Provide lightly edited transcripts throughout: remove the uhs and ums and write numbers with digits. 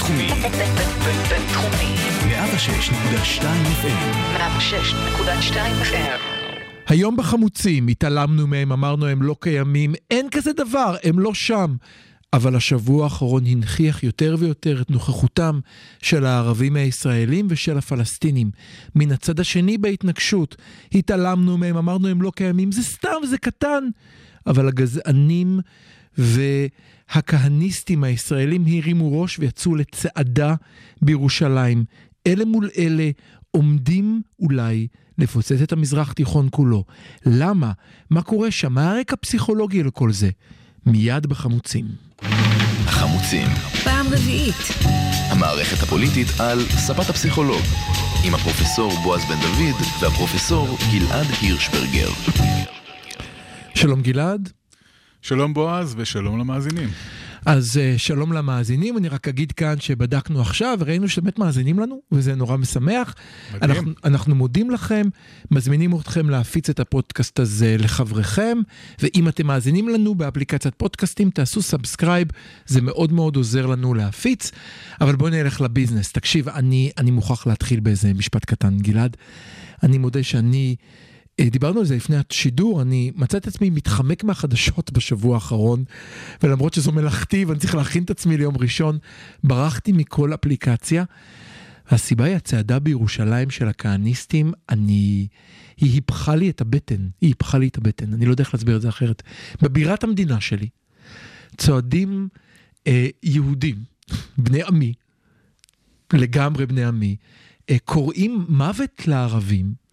בינתחומי. בינתחומי. 106.2 FM. 106.2 FM. היום בחמוצים התעלמנו מהם, אמרנו הם לא קיימים, אין כזה דבר, הם לא שם. אבל השבוע האחרון הנכיח יותר ויותר את נוכחותם של הערבים הישראלים ושל הפלסטינים. מן הצד השני בהתנגשות, התעלמנו מהם, אמרנו הם לא קיימים, זה סתם, זה קטן. אבל הגזענים והכהניסטים הישראלים הרימו ראש ויצאו לצעדה בירושלים. אלה מול אלה עומדים אולי לפוצץ את המזרח תיכון כולו. למה? מה קורה שם? מה הרקע הפסיכולוגי לכל זה? מיד בחמוצים. החמוצים. פעם רביעית. המערכת הפוליטית על ספת הפסיכולוג. עם הפרופסור בועז בן דוד והפרופסור גלעד הירשברגר. שלום גלעד. שלום בועז ושלום למאזינים. אז שלום למאזינים, אני רק אגיד כאן שבדקנו עכשיו וראינו שבאמת מאזינים לנו, וזה נורא משמח. אנחנו מודים לכם, מזמינים אתכם להפיץ את הפודקאסט הזה לחבריכם, ואם אתם מאזינים לנו באפליקציית פודקאסטים, תעשו סאבסקרייב, זה מאוד מאוד עוזר לנו להפיץ, אבל בואו נלך לביזנס. תקשיב, אני מוכרח להתחיל באיזה משפט קטן, גלעד. אני מודה שאני דיברנו על זה לפני השידור, אני מצאתי את עצמי מתחמק מהחדשות בשבוע האחרון, ולמרות שזו מלאכתי ואני צריך להכין את עצמי ליום ראשון, ברחתי מכל אפליקציה. הסיבה היא הצעדה בירושלים של הכהניסטים, היא היפכה לי את הבטן, אני לא יודע איך להסביר את זה אחרת. בבירת המדינה שלי, צועדים יהודים, בני עמי, לגמרי בני עמי, קוראים מוות לערבים,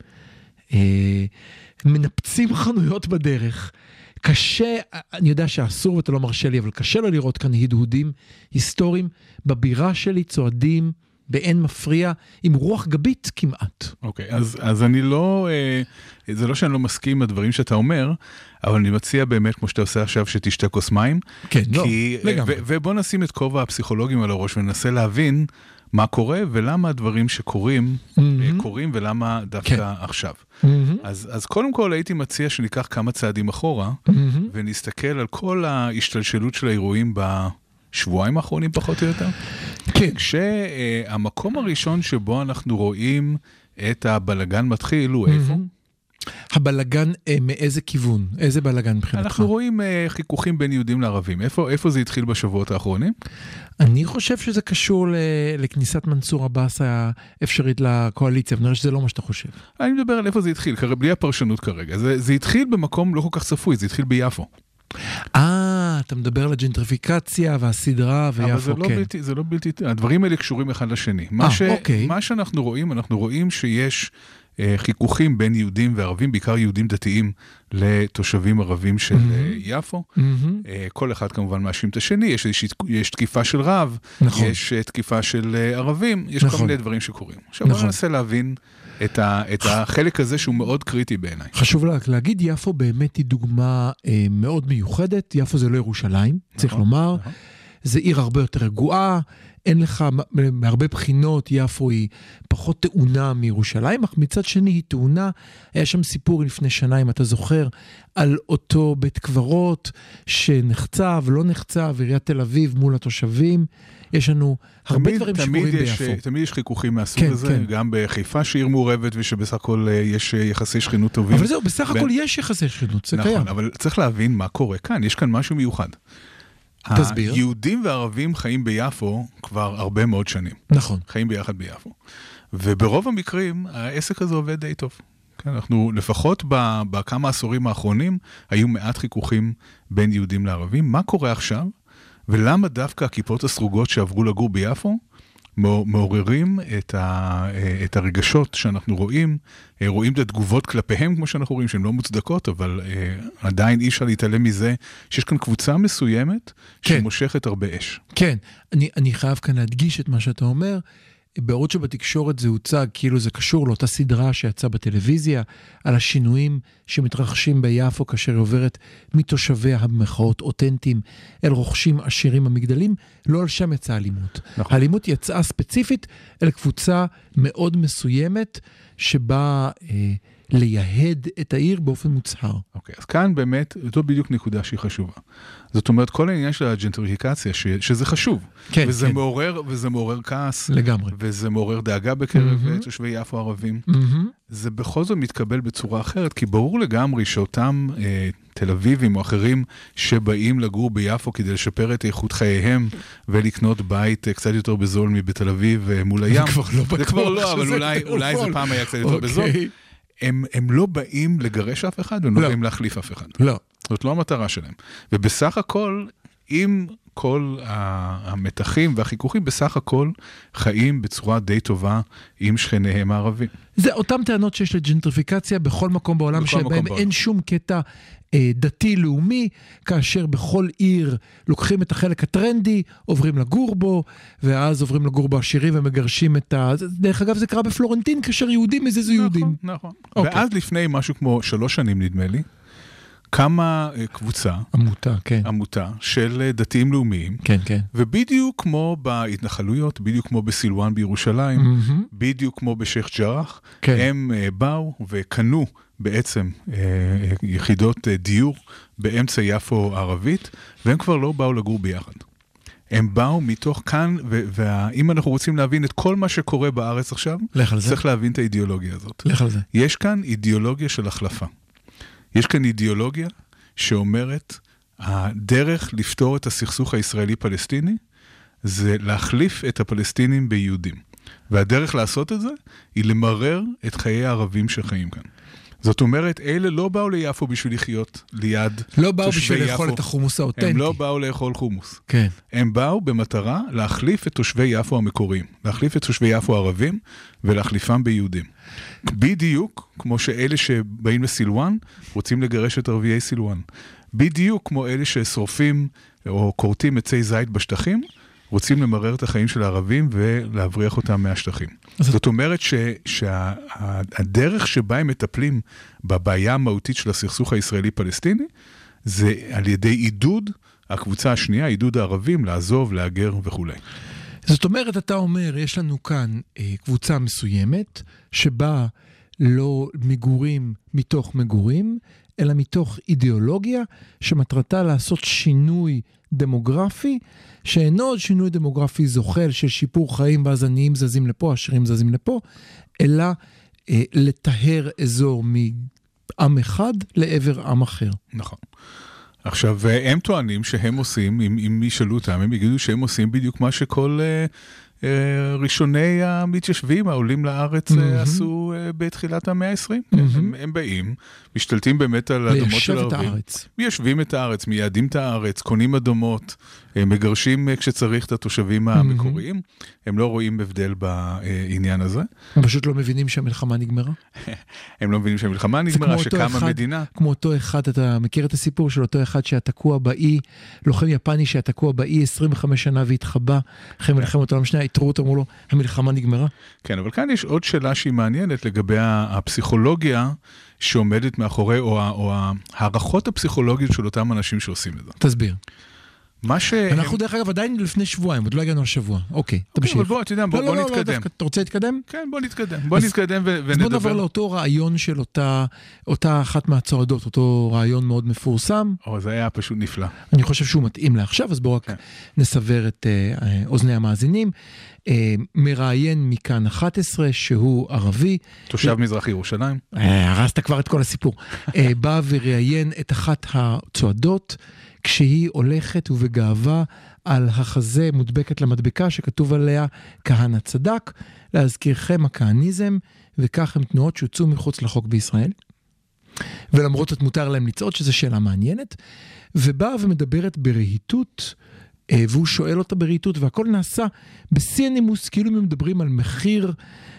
מנפצים חנויות בדרך. קשה, אני יודע שאסור ואתה לא מרשה לי, אבל קשה לו לראות כאן הדהודים היסטוריים בבירה שלי, צועדים באין מפריע, עם רוח גבית כמעט. אוקיי, אז אני לא, זה לא שאני לא מסכים עם הדברים שאתה אומר, אבל אני מציע באמת, כמו שאתה עושה עכשיו, שתשתה כוס מים. כן, לא, לגמרי. ובוא נשים את כובע הפסיכולוגים על הראש, וננסה להבין מה קורה, ולמה הדברים שקורים, קורים, ולמה דווקא עכשיו. אז קודם כל הייתי מציע שניקח כמה צעדים אחורה, ונסתכל על כל ההשתלשלות של האירועים בשבועיים האחרונים פחות או יותר. כן. כשהמקום הראשון שבו אנחנו רואים את הבלגן מתחיל הוא איפה? הבלגן מאיזה כיוון? איזה בלגן מבחינתך? אנחנו רואים חיכוכים בין יהודים לערבים. איפה זה התחיל בשבועות האחרונים? אני חושב שזה קשור לכניסת מנסור עבאס האפשרית לקואליציה, ונראה שזה לא מה שאתה חושב. אני מדבר על איפה זה התחיל, בלי הפרשנות כרגע. זה התחיל במקום לא כל כך צפוי, זה התחיל ביפו. אתה מדבר על הג'נטריפיקציה והסדרה ויפו, כן. אבל זה לא בלתי, הדברים האלה קשורים אחד לשני. מה שאנחנו רואים, אנחנו רואים שיש חיכוכים בין יהודים וערבים, בעיקר יהודים דתיים לתושבים ערבים של יפו. כל אחד כמובן מאשים את השני, יש תקיפה של רב, יש תקיפה של ערבים, יש כל מיני דברים שקורים. עכשיו בואו ננסה להבין את החלק הזה שהוא מאוד קריטי בעיניי. חשוב להגיד, יפו באמת היא דוגמה מאוד מיוחדת. יפו זה לא ירושלים, צריך לומר. זה עיר הרבה יותר רגועה, אין לך, מהרבה בחינות, יפו היא פחות תאונה מירושלים, אך מצד שני היא תאונה. היה שם סיפור לפני שנה, אם אתה זוכר, על אותו בית קברות שנחצב, לא נחצב, עיריית תל אביב מול התושבים. יש לנו הרבה דברים שקורים ביפו. תמיד יש חיכוכים מהסוג הזה, גם בחיפה שעיר מעורבת, ושבסך הכל יש יחסי שכנות טובים. אבל זהו, בסך הכל יש יחסי שכנות, זה קיים. נכון, אבל צריך להבין מה קורה כאן, יש כאן משהו מיוחד. תסביר. היהודים והערבים חיים ביפו כבר הרבה מאוד שנים. נכון. חיים ביחד ביפו. וברוב המקרים, העסק הזה עובד די טוב. אנחנו לפחות בכמה עשורים האחרונים, היו מעט חיכוכים בין יהודים לערבים. מה קורה עכשיו? ולמה דווקא הכיפות הסרוגות שעברו לגור ביפו, מעוררים את הרגשות שאנחנו רואים את התגובות כלפיהם, כמו שאנחנו רואים, שהן לא מוצדקות, אבל עדיין אי אפשר להתעלם מזה, שיש כאן קבוצה מסוימת, שמושכת הרבה אש. כן, אני חייב כאן להדגיש את מה שאתה אומר, בעוד שבתקשורת זה הוצג, כאילו זה קשור לאותה סדרה שיצאה בטלוויזיה, על השינויים שמתרחשים ביפו, כאשר היא עוברת מתושביה המחאות אותנטיים, אל רוכשים עשירים המגדלים, לא על שם יצאה אלימות. נכון. האלימות יצאה ספציפית אל קבוצה מאוד מסוימת, שבה לייהד את העיר באופן מוצהר. אוקיי, אז כאן באמת, זו בדיוק נקודה שהיא חשובה. זאת אומרת, כל העניין של הג'נטריפיקציה, שזה חשוב, כן, וזה כן. וזה מעורר כעס, לגמרי. וזה מעורר דאגה בקרב תושבי יפו ערבים. זה בכל זאת מתקבל בצורה אחרת, כי ברור לגמרי שאותם תל אביבים או אחרים שבאים לגור ביפו כדי לשפר את איכות חייהם ולקנות בית קצת יותר בזול מבתל אביב מול הים. זה כבר לא, אבל אולי זה פעם היה קצת יותר בזול. הם לא באים לגרש אף אחד, והם לא באים להחליף אף אחד. לא. זאת לא המטרה שלהם. ובסך הכל, אם כל המתחים והחיכוכים בסך הכל חיים בצורה די טובה עם שכניהם הערבים. זה אותם טענות שיש לג'נטריפיקציה בכל מקום בעולם, שבהם אין שום קטע דתי-לאומי, כאשר בכל עיר לוקחים את החלק הטרנדי, עוברים לגור בו, ואז עוברים לגור בו עשירים ומגרשים את ה... דרך אגב, זה קרה בפלורנטין, כאשר יהודים מזיזו יהודים. נכון. ואז לפני משהו כמו 3 שנים נדמה לי, קמה קבוצה, עמותה של דתיים לאומיים, ובדיוק כמו בהתנחלויות, בדיוק כמו בסילואן בירושלים, בדיוק כמו בשייח ג'רח, הם באו וקנו בעצם יחידות דיור באמצע יפו ערבית, והם כבר לא באו לגור ביחד. הם באו מתוך כאן, ואם אנחנו רוצים להבין את כל מה שקורה בארץ עכשיו, צריך להבין את האידיאולוגיה הזאת. יש כאן אידיאולוגיה של החלפה. יש כאן אידיאולוגיה שאומרת, הדרך לפתור את הסכסוך הישראלי-פלסטיני, זה להחליף את הפלסטינים ביהודים. והדרך לעשות את זה, היא למרר את חיי הערבים שחיים כאן. זאת אומרת, אלה לא באו ליפו בשביל לחיות ליד תושבי יפו. לא באו בשביל לאכול את החומוס האותנטי. הם לא באו לאכול חומוס. כן. הם באו במטרה להחליף את תושבי יפו המקוריים. להחליף את תושבי יפו הערבים ולהחליפם ביהודים. בדיוק כמו שאלה שבאים לסילואן רוצים לגרש את ערביי סילואן. בדיוק כמו אלה ששורפים או קורטים עצי זית בשטחים, רוצים למרר את החיים של הערבים ולהבריח אותם מהשטחים. זאת אומרת שהדרך שבה הם מטפלים בבעיה המהותית של הסכסוך הישראלי-פלסטיני, זה על ידי עידוד הקבוצה השנייה, עידוד הערבים, לעזוב, להגר וכו'. זאת אומרת, אתה אומר, יש לנו כאן קבוצה מסוימת, שבה לא מגורים מתוך מגורים, אלא מתוך אידיאולוגיה, שמטרתה לעשות שינוי דמוגרפי, שאינו עוד שינוי דמוגרפי זוחל של שיפור חיים, ואז עניים זזים לפה, עשירים זזים לפה, אלא לטהר אזור מעם אחד לעבר עם אחר. נכון. עכשיו, הם טוענים שהם עושים, אם ישאלו אותם, הם יגידו שהם עושים בדיוק מה שכל ראשוני המתיישבים, העולים לארץ, עשו בתחילת המאה ה-20. הם באים, משתלטים באמת על אדמות של ערבים. מיישבים את הארץ, מייעדים את הארץ, קונים אדמות, מגרשים כשצריך את התושבים המקוריים. הם לא רואים הבדל בעניין הזה. הם פשוט לא מבינים שהמלחמה נגמרה. הם לא מבינים שהמלחמה נגמרה, שקמה מדינה. כמו אותו אחד, אתה מכיר את הסיפור של אותו אחד שהתקוע באי, לוחם יפני שהתקוע באי 25 שנה והתחבא, אחרי מלחמת העולם השנייה, התרו אותו, אמרו לו, המלחמה נגמרה. כן, אבל כאן יש עוד שאלה שהיא מעניינת לגבי הפסיכולוגיה שעומדת מאחורי, או הערכות הפסיכולוגיות של אותם אנשים שעושים את זה. תסביר. אנחנו דרך אגב עדיין לפני שבועיים, עוד לא הגענו לשבוע. אוקיי, תמשיך. אבל בוא, אתה יודע, בוא נתקדם. אתה רוצה להתקדם? כן, בוא נתקדם ונדבר. אז בוא נעבור לאותו רעיון של אותה אחת מהצועדות, אותו רעיון מאוד מפורסם. זה היה פשוט נפלא. אני חושב שהוא מתאים לעכשיו, אז בואו רק נסבר את אוזני המאזינים. מראיין מכאן 11, שהוא ערבי. תושב מזרח ירושלים. הרסת כבר את כל הסיפור. בא וראיין את אחת הצועדות, כשהיא הולכת ובגאווה על החזה מודבקת למדבקה שכתוב עליה כהנא צדק, להזכירכם הכהניזם, וכך הם תנועות שהוצאו מחוץ לחוק בישראל. ולמרות זאת מותר להם לצעוד, שזו שאלה מעניינת, ובאה ומדברת ברהיטות, והוא שואל אותה ברהיטות, והכל נעשה בשיא הנימוס, כאילו הם מדברים על מחיר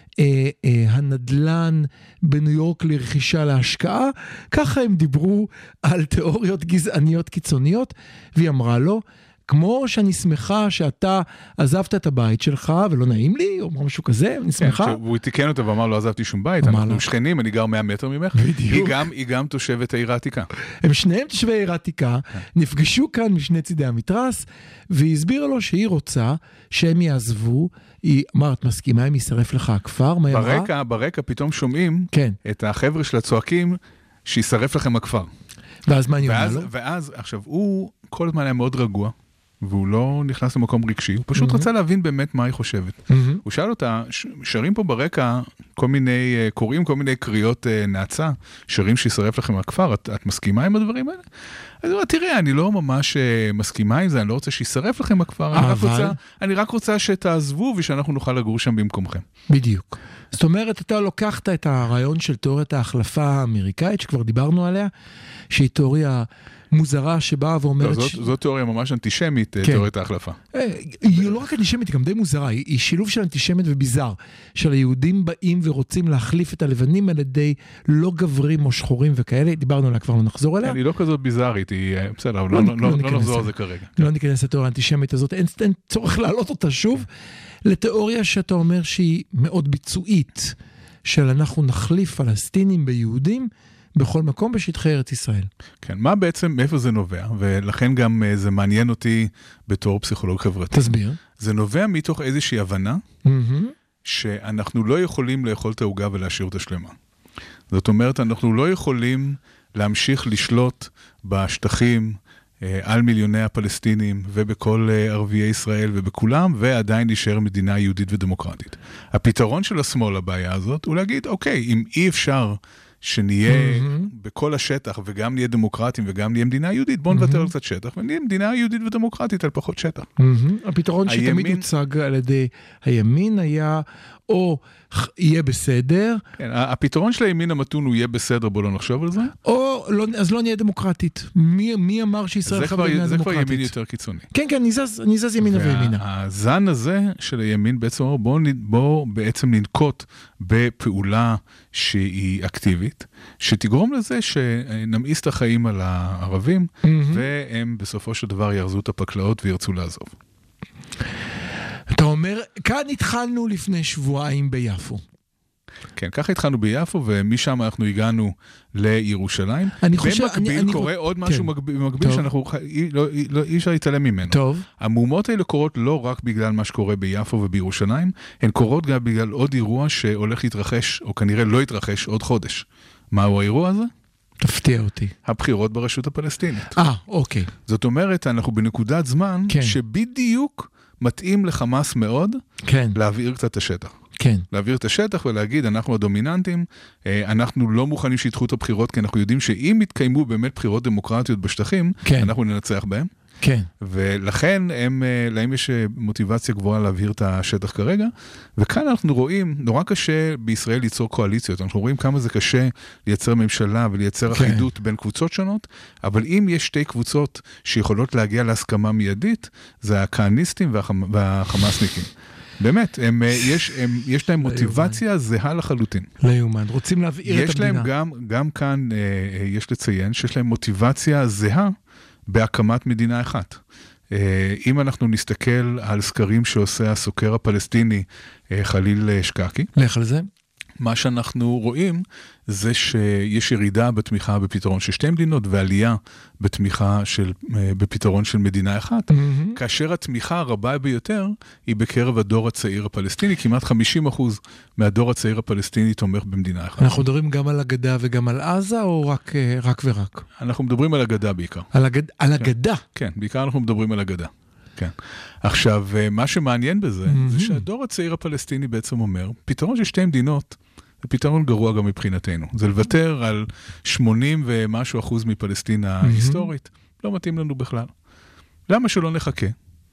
הנדלן בניו יורק לרכישה להשקעה, ככה הם דיברו על תיאוריות גזעניות קיצוניות, והיא אמרה לו, כמו שאני שמחה שאתה עזבת את הבית שלך, ולא נעים לי, או משהו כזה, אני שמחה. הוא תיקן אותו ואמר, לא עזבתי שום בית, אנחנו שכנים, אני גר 100 מטר ממך. בדיוק. היא גם תושבת העיר העתיקה. הם שניהם תושבי העיר העתיקה, נפגשו כאן משני צידי המתרס, והיא הסבירה לו שהיא רוצה שהם יעזבו, היא אמרת, מסכימה אם יישרף לך הכפר? מה היא אמרה? ברקע פתאום שומעים את החבר'ה של הצועקים, שישרף לכם הכפר. ואז מה אני אומר לו? ואז, עכשיו, הוא כל הזמן היה מאוד רגוע, והוא לא נכנס למקום רגשי, הוא פשוט רצה להבין באמת מה היא חושבת. הוא שאל אותה, שרים פה ברקע קוראים כל מיני קריאות נאצה, שרים שישרף לכם הכפר, את מסכימה עם הדברים האלה? אז הוא אומר, תראה, אני לא ממש מסכימה עם זה, אני לא רוצה שישרף לכם הכפר, אני רק רוצה שתעזבו ושאנחנו נוכל לגור שם במקומכם. בדיוק. זאת אומרת, אתה לוקחת את הרעיון של תיאוריית ההחלפה האמריקאית, שכבר דיברנו עליה, שהיא תיאוריה מוזרה שבאה ואומרת... זו תיאוריה ממש אנטישמית, תיאוריית ההחלפה. היא לא רק אנטישמית, היא גם די מוזרה, היא שילוב של אנטישמית וביזר, של היהודים באים ורוצים להחליף את הלבנים על ידי לא גברים או שחורים וכאלה, דיברנו עליה, כבר לא נחזור אליה. היא לא כזאת ביזרית, היא בסדר, אבל לא נחזור על זה כרגע. לא ניכנס לתיאוריה האנטישמית הזאת, אין צורך להעלות אותה שוב, לתיאוריה שאתה אומר שהיא מאוד ביצועית, של אנחנו נחליף פלסטינים ביהודים, בכל מקום בשטחי ארץ ישראל. כן, מה בעצם, מאיפה זה נובע? ולכן גם זה מעניין אותי בתור פסיכולוג חברתי. תסביר. זה נובע מתוך איזושהי הבנה, שאנחנו לא יכולים לאכול את העוגה ולהשאיר אותה שלמה. זאת אומרת, אנחנו לא יכולים להמשיך לשלוט בשטחים, על מיליוני הפלסטינים ובכל ערביי ישראל ובכולם, ועדיין להישאר מדינה יהודית ודמוקרטית. הפתרון של השמאל לבעיה הזאת הוא להגיד, אוקיי, אם אי אפשר שנהיה בכל השטח וגם נהיה דמוקרטים וגם נהיה מדינה יהודית, בואו נוותר על קצת שטח ונהיה מדינה יהודית ודמוקרטית על פחות שטח. הפתרון שתמיד הוצג על ידי הימין היה או יהיה בסדר. הפתרון של הימין המתון הוא יהיה בסדר, בואו לא נחשוב על זה. או אז לא נהיה דמוקרטית. מי אמר שישראל חייבת מדינה דמוקרטית? זה כבר ימין יותר קיצוני. כן, אני זז ימינה וימינה. והזן הזה של הימין בעצם אומר, בואו בעצם לנקוט בפעולה שהיא אקטיבית, שתגרום לזה שנמאיס את החיים על הערבים, והם בסופו של דבר ירזו את הפקלאות וירצו לעזוב. אתה אומר, כאן התחלנו לפני שבועיים ביפו. כן, ככה התחלנו ביפו, ומשם אנחנו הגענו לירושלים. במקביל קורה עוד משהו במקביל שאנחנו אי אפשר להתעלם ממנו. טוב. המהומות האלה קורות לא רק בגלל מה שקורה ביפו ובירושלים, הן קורות גם בגלל עוד אירוע שהולך להתרחש, או כנראה לא יתרחש עוד חודש. מהו האירוע הזה? תפתיע אותי. הבחירות ברשות הפלסטינית. אוקיי. זאת אומרת, אנחנו בנקודת זמן שבדיוק מתאים לחמאס מאוד להעביר קצת את השטח. כן. להעביר את השטח ולהגיד, אנחנו הדומיננטים, אנחנו לא מוכנים שידחו את הבחירות, כי אנחנו יודעים שאם יתקיימו באמת בחירות דמוקרטיות בשטחים, אנחנו ננצח בהם. כן. ולכן להם יש מוטיבציה גבוהה להעביר את השטח כרגע, וכאן אנחנו רואים, נורא קשה בישראל ליצור קואליציות, אנחנו רואים כמה זה קשה לייצר ממשלה ולייצר אחידות בין קבוצות שונות, אבל אם יש שתי קבוצות שיכולות להגיע להסכמה מיידית, זה הכהניסטים והחמאסניקים. באמת, יש להם מוטיבציה זהה לחלוטין. לא יאומן, רוצים להבעיר את המדינה. יש להם גם כאן, יש לציין, שיש להם מוטיבציה זהה בהקמת מדינה אחת. אם אנחנו נסתכל על סקרים שעושה הסוקר הפלסטיני חליל שקקי, לך על זה. מה שאנחנו רואים זה שיש ירידה בתמיכה בפתרון של שתי מדינות, ועלייה בתמיכה בפתרון של מדינה אחת, כאשר התמיכה הרבה ביותר היא בקרב הדור הצעיר הפלסטיני, כמעט 50% מהדור הצעיר הפלסטיני תומך במדינה אחת. אנחנו מדברים גם על הגדה וגם על עזה, או רק ורק? אנחנו מדברים על הגדה בעיקר. על הגדה? כן, בעיקר אנחנו מדברים על הגדה. כן. עכשיו, מה שמעניין בזה, זה שהדור הצעיר הפלסטיני בעצם אומר, פתרון של שתי מדינות, זה פתרון גרוע גם מבחינתנו. זה לוותר על 80 ומשהו אחוז מפלסטינה היסטורית, לא מתאים לנו בכלל. למה שלא נחכה?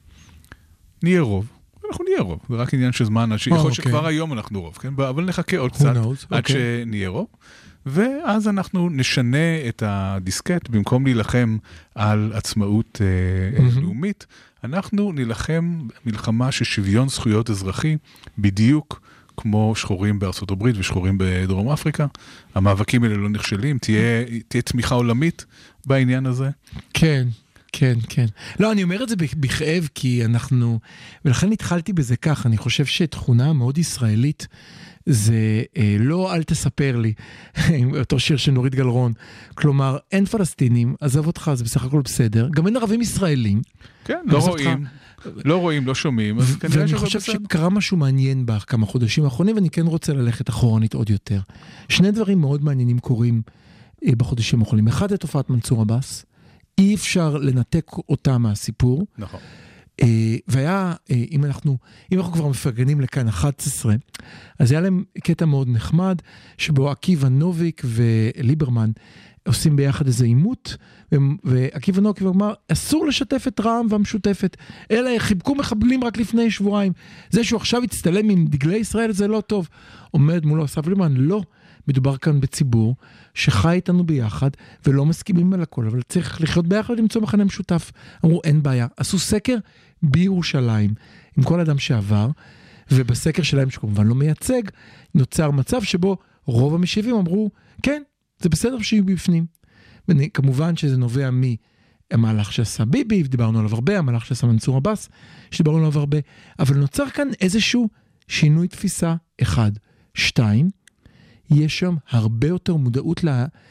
נהיה רוב. אנחנו נהיה רוב. זה רק עניין של זמן, יכול להיות שכבר היום אנחנו רוב, כן? אבל נחכה עוד קצת עד שנהיה רוב. ואז אנחנו נשנה את הדיסקט, במקום להילחם על עצמאות לאומית, אנחנו נילחם מלחמה של שוויון זכויות אזרחי, בדיוק כמו שחורים בארצות הברית ושחורים בדרום אפריקה. המאבקים האלה לא נכשלים, תהיה תמיכה עולמית בעניין הזה. כן. כן, כן. לא, אני אומר את זה בכאב, כי אנחנו, ולכן התחלתי בזה כך, אני חושב שתכונה מאוד ישראלית, זה לא אל תספר לי, אותו שיר של נורית גלרון, כלומר, אין פלסטינים, עזב אותך, זה בסך הכל בסדר, גם אין ערבים ישראלים. כן, לא רואים, לא שומעים, ואני חושב שקרה משהו מעניין בכמה חודשים האחרונים, ואני כן רוצה ללכת אחורנית עוד יותר. שני דברים מאוד מעניינים קורים בחודשים האחרונים. אחד, זה תופעת מנסור עבאס, אי אפשר לנתק אותה מהסיפור. נכון. והיה, אם אנחנו כבר מפרגנים לכאן 11, אז היה להם קטע מאוד נחמד, שבו עקיבא נוביק וליברמן עושים ביחד איזה עימות, ועקיבא נוביק אמר, אסור לשתף את רע"מ והמשותפת, אלא חיבקו מחבלים רק לפני שבועיים. זה שהוא עכשיו הצטלם עם דגלי ישראל, זה לא טוב. עומד מולו אסף ליברמן, לא. מדובר כאן בציבור שחי איתנו ביחד, ולא מסכימים על הכל, אבל צריך לחיות ביחד ולמצוא מכנה משותף. אמרו, אין בעיה. עשו סקר בירושלים, עם כל אדם שעבר, ובסקר שלהם, שכמובן לא מייצג, נוצר מצב שבו רוב המשיבים אמרו, כן, זה בסדר שיהיו בפנים. וכמובן שזה נובע מהמהלך שעשה ביבי, ודיברנו עליו הרבה, המהלך שעשה מנסור עבאס, שדיברנו עליו הרבה, אבל נוצר כאן איזשהו שינוי תפיסה, 1. 2, יש שם הרבה יותר מודעות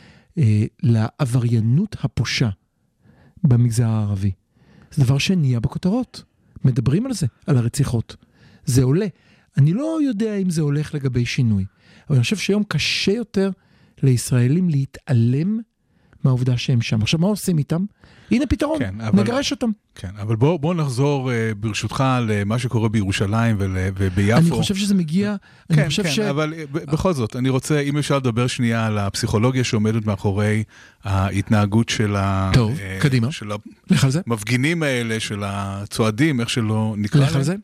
לעבריינות הפושע במגזר הערבי. זה דבר שנהיה בכותרות. מדברים על זה, על הרציחות. זה עולה. אני לא יודע אם זה הולך לגבי שינוי, אבל אני חושב שהיום קשה יותר לישראלים להתעלם מהעובדה שהם שם. עכשיו, מה עושים איתם? הנה פתרון, כן, נגרש אותם. כן, אבל בוא נחזור ברשותך למה שקורה בירושלים וביפו. אני חושב שזה מגיע... כן, כן, אבל בכל זאת, אני רוצה, אם אפשר לדבר שנייה על הפסיכולוגיה שעומדת מאחורי ההתנהגות של טוב, קדימה. של לך על זה. המפגינים האלה, של הצועדים, איך שלא נקרא להם. לך על זה.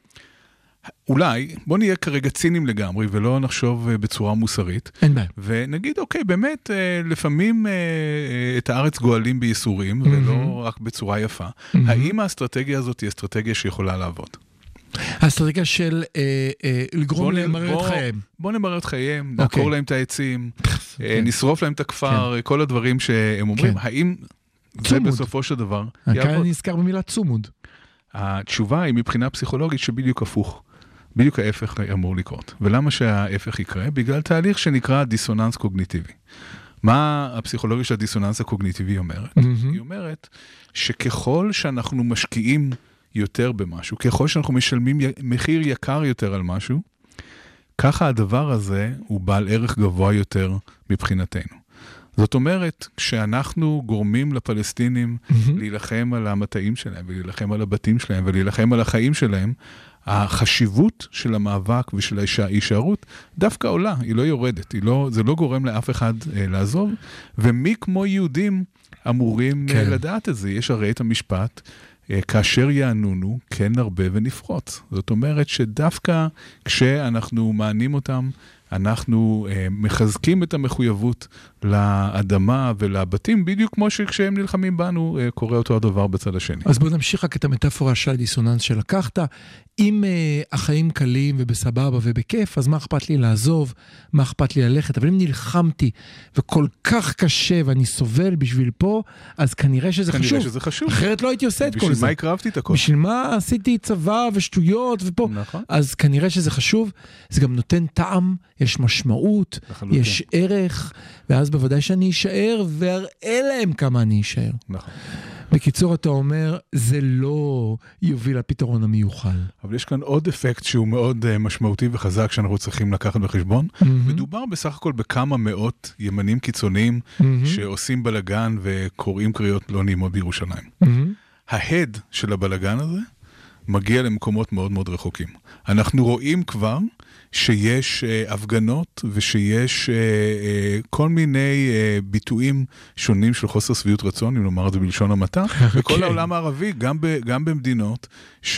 אולי, בוא נהיה כרגע צינים לגמרי, ולא נחשוב בצורה מוסרית. אין בעיה. ונגיד, אוקיי, באמת, לפעמים את הארץ גואלים בייסורים, ולא רק בצורה יפה. האם האסטרטגיה הזאת היא אסטרטגיה שיכולה לעבוד? האסטרטגיה של לגרום למרר את חייהם. בוא נמרר את חייהם, נעקור להם את העצים, נשרוף להם את הכפר, כל הדברים שהם אומרים. האם זה בסופו של דבר יעבוד? כאן אני נזכר במילה צומוד. התשובה היא מבחינה פסיכולוגית שבדיוק הפוך. בדיוק ההפך אמור לקרות. ולמה שההפך יקרה? בגלל תהליך שנקרא דיסוננס קוגניטיבי. מה הפסיכולוגיה של הדיסוננס הקוגניטיבי אומרת? היא אומרת שככל שאנחנו משקיעים יותר במשהו, ככל שאנחנו משלמים מחיר יקר יותר על משהו, ככה הדבר הזה הוא בעל ערך גבוה יותר מבחינתנו. זאת אומרת, כשאנחנו גורמים לפלסטינים להילחם על המטעים שלהם, ולהילחם על הבתים שלהם, ולהילחם על החיים שלהם, החשיבות של המאבק ושל ההישארות דווקא עולה, היא לא יורדת, זה לא גורם לאף אחד לעזוב, ומי כמו יהודים אמורים לדעת את זה. יש הרי את המשפט, כאשר יענונו, כן נרבה ונפרוץ. זאת אומרת שדווקא כשאנחנו מענים אותם, אנחנו מחזקים את המחויבות לאדמה ולבתים, בדיוק כמו שכשהם נלחמים בנו, קורה אותו הדבר בצד השני. אז בוא נמשיך רק את המטאפורה של הדיסוננס שלקחת. אם החיים קלים ובסבבה ובכיף, אז מה אכפת לי לעזוב? מה אכפת לי ללכת? אבל אם נלחמתי וכל כך קשה ואני סובל בשביל פה, אז כנראה שזה חשוב. כנראה שזה חשוב. אחרת לא הייתי עושה את כל זה. בשביל מה הקרבתי את הכל? בשביל מה עשיתי צבא ושטויות ופה? נכון. אז כנראה שזה חשוב. זה גם נותן טעם, יש משמעות, יש ערך, ואז בוודאי שאני אשאר, ואראה להם כמה אני אשאר. נכון. בקיצור, אתה אומר, זה לא יוביל לפתרון המיוחל. אבל יש כאן עוד אפקט שהוא מאוד משמעותי וחזק שאנחנו צריכים לקחת בחשבון. מדובר בסך הכל בכמה מאות ימנים קיצוניים שעושים בלגן וקוראים קריאות לא נעימות בירושלים. ההד של הבלגן הזה מגיע למקומות מאוד מאוד רחוקים. אנחנו רואים כבר שיש הפגנות ושיש כל מיני ביטויים שונים של חוסר שביעות רצון, אם לומר את זה בלשון המעטה, בכל העולם הערבי, גם במדינות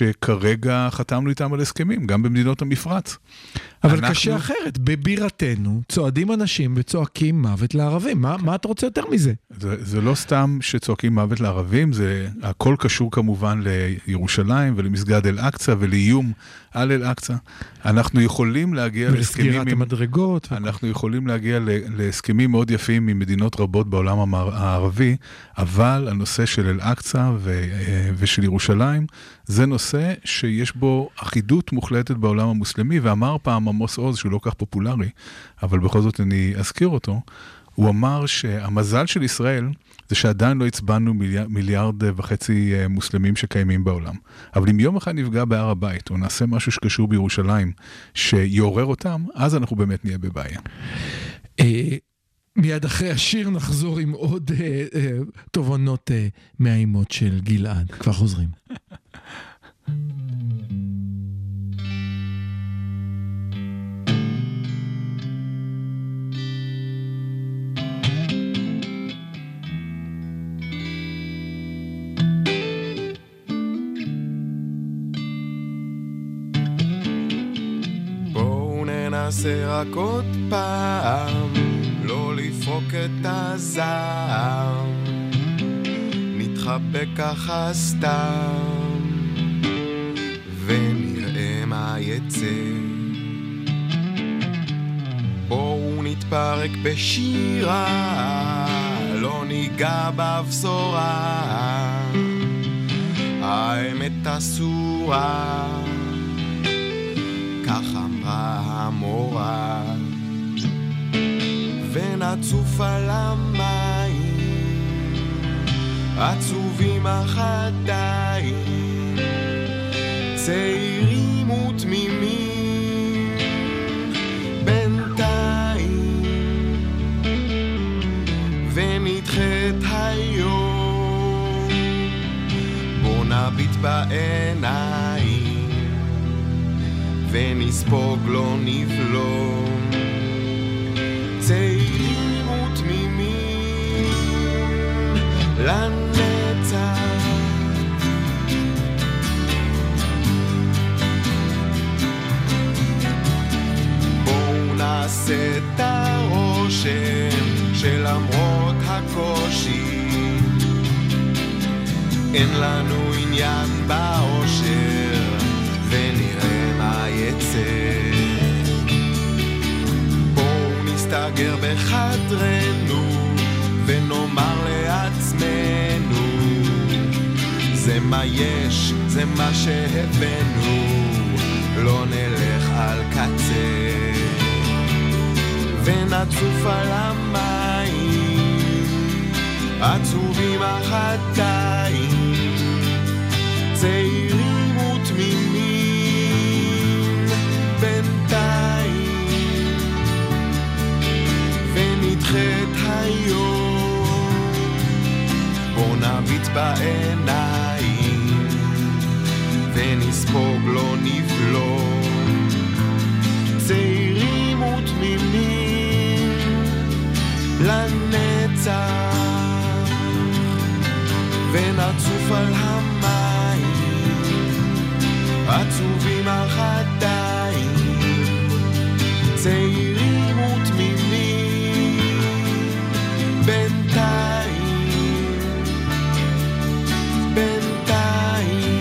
שכרגע חתמנו איתם על הסכמים, גם במדינות המפרץ. אבל קשה אחרת, בבירתנו צועדים אנשים וצועקים מוות לערבים. מה אתה רוצה יותר מזה? זה לא סתם שצועקים מוות לערבים, זה הכל קשור כמובן לירושלים ולמזרח מסגד אל-אקצא ולאיום על אל-אקצא. אנחנו יכולים להגיע ולסגירת המדרגות. אנחנו יכולים להגיע להסכמים מאוד יפים ממדינות רבות בעולם הערבי, אבל הנושא של אל-אקצא ושל ירושלים, זה נושא שיש בו אחידות מוחלטת בעולם המוסלמי, ואמר פעם עמוס עוז, שהוא לא כך פופולרי, אבל בכל זאת אני אזכיר אותו, הוא אמר שהמזל של ישראל זה שעדיין לא הצבענו 1.5 מיליארד מוסלמים שקיימים בעולם. אבל אם יום אחד נפגע בהר הבית, או נעשה משהו שקשור בירושלים, שיעורר אותם, אז אנחנו באמת נהיה בבעיה. מיד אחרי השיר נחזור עם עוד תובנות מהאימות של גלעד. כבר חוזרים. נעשה רק עוד פעם, לא לפרוק את הזעם, נתחבק ככה סתם, ונראה מה יצא. בואו נתפרק בשירה, לא ניגע בבשורה, האמת אסורה, כך אמרה המורה, ונצוף על המים, עצובים החטאים, צעירים ותמימים, בינתיים, ונדחה את היום, בוא נביט בעיניים, ונספוג לא נבלום, צעירים ותמימים לנצח. בואו נעשה את הרושם שלמרות הקושי אין לנו עניין באושר, ונראה מה יצא. בואו נסתגר בחדרנו ונאמר לעצמנו, זה מה יש, זה מה שהבאנו, לא נלך על קצה. ונצוף על המים, עצובים החטאים, צעירים ותמימים, בינתיים, ונדחה את היום, בוא נביט בעיניים, ונספוג לא נבלום, צעירים ותמימים לנצח, ונצוף על המים, עצובים החטאים, צעירים ותמימים, בינתיים, בינתיים.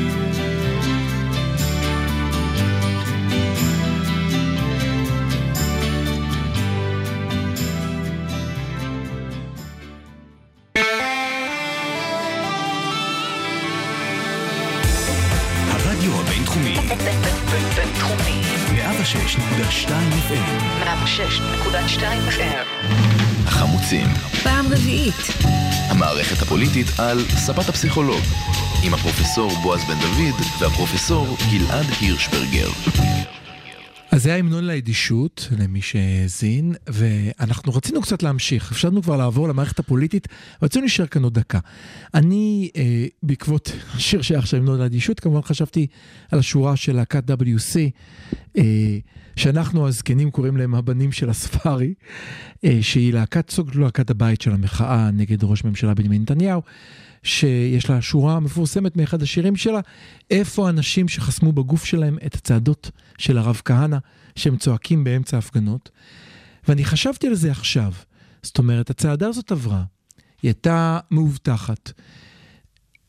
הרדיו הבינתחומי. בינתחומי. 106.2 FM. 106.2 FM. החמוצים. פעם רביעית. המערכת הפוליטית על ספת הפסיכולוג. עם הפרופסור בועז בן דוד והפרופסור גלעד הירשברגר. אז זה היה המנון לאדישות, למי שהזין, ואנחנו רצינו קצת להמשיך, אפשרנו כבר לעבור למערכת הפוליטית, רצינו להישאר כאן עוד דקה. אני, בעקבות השיר שהיה עכשיו המנון לאדישות, כמובן חשבתי על השורה של להקת WC, שאנחנו הזקנים קוראים להם הבנים של הספארי, שהיא להקת סוג להקת הבית של המחאה נגד ראש ממשלה בנימין נתניהו, שיש לה שורה מפורסמת מאחד השירים שלה, איפה האנשים שחסמו בגוף שלהם את הצעדות של הרב כהנא, שהם צועקים באמצע ההפגנות, ואני חשבתי על זה עכשיו, זאת אומרת, הצעדה הזאת עברה, היא הייתה מאובטחת, אם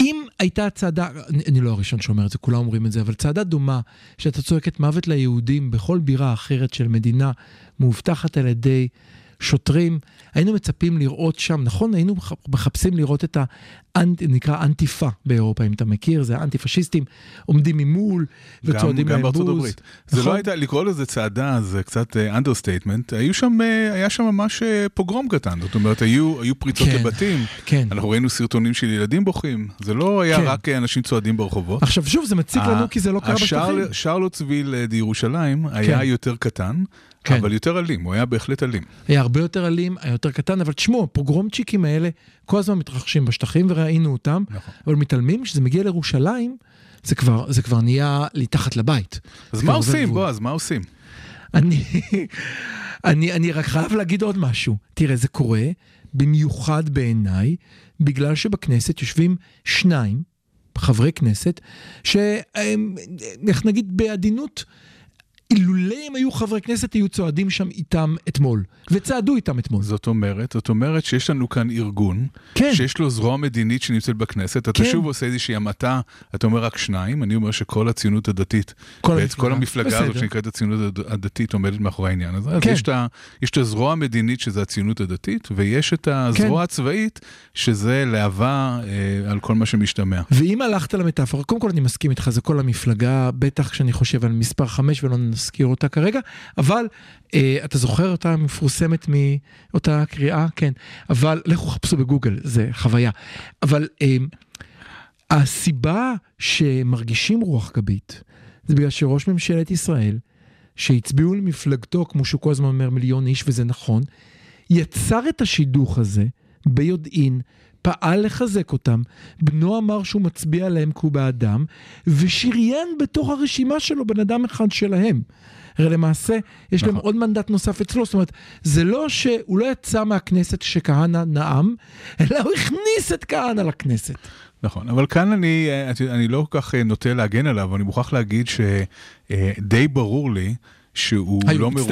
הייתה צעדה, אני לא הראשון שאומר את זה, כולם אומרים את זה, אבל צעדה דומה, שאתה צועקת מוות ליהודים בכל בירה אחרת של מדינה, מאובטחת על ידי שוטרים, היינו מצפים לראות שם, נכון, היינו מחפשים לראות את נקרא אנטיפה באירופה, אם אתה מכיר, זה האנטי-פשיסטים, עומדים ממול וצועדים להם בוז. גם בארצות הברית. זה לא הייתה, לקרוא לזה צעדה, זה קצת אנדרסטייטמנט, היה שם ממש פוגרום קטן, זאת אומרת, היו פריצות לבתים, אנחנו ראינו סרטונים של ילדים בוכים, זה לא היה רק אנשים צועדים ברחובות. עכשיו שוב, זה מציק לנו כי זה לא קרה בשטחים. שרלוטסוויל ירושלים היה יותר קטן, אבל יותר אלים, הוא היה בהחלט אלים. היה הרבה יותר אלים, היה יותר קטן, אבל תשמעו, הפוגרומצ'יקים האלה כל הזמן מתרחשים בשטחים וראינו אותם, אבל מתעלמים שזה מגיע לירושלים, זה כבר נהיה מתחת לבית. אז מה עושים, בועז? מה עושים? אני רק חייב להגיד עוד משהו. תראה, זה קורה במיוחד בעיניי, בגלל שבכנסת יושבים 2 חברי כנסת, איך נגיד בעדינות, אילולא הם היו חברי כנסת, היו צועדים שם איתם אתמול, וצעדו איתם אתמול. זאת אומרת שיש לנו כאן ארגון, שיש לו זרוע מדינית שנמצאת בכנסת, אתה שוב עושה איזושהי המתה, אתה אומר רק 2, אני אומר שכל הציונות הדתית, כל המפלגה הזאת שנקראת הציונות הדתית עומדת מאחורי העניין הזה, אז יש את הזרוע המדינית שזה הציונות הדתית, ויש את הזרוע הצבאית שזה להבה על כל מה שמשתמע. ואם הלכת למטאפורה, קודם כל אני מסכים איתך, זה כל המפלגה, בטח כשאני חושב על מספר 5 ולא נזכיר אותה כרגע, אבל אתה זוכר אותה מפורסמת מאותה קריאה? כן. אבל לכו חפשו בגוגל, זה חוויה. אבל הסיבה שמרגישים רוח גבית, זה בגלל שראש ממשלת ישראל, שהצביעו למפלגתו, כמו שהוא כל הזמן אומר 1,000,000 איש, וזה נכון, יצר את השידוך הזה ביודעין, פעל לחזק אותם, בנו אמר שהוא מצביע עליהם כי הוא באדם, ושריין בתוך הרשימה שלו בן אדם אחד שלהם. הרי למעשה, יש להם עוד מנדט נוסף אצלו, זאת אומרת, זה לא שהוא לא יצא מהכנסת שכהנא נאם, אלא הוא הכניס את כהנא לכנסת. נכון, אבל כאן אני לא כל כך נוטה להגן עליו, אבל אני מוכרח להגיד שדי ברור לי, שהוא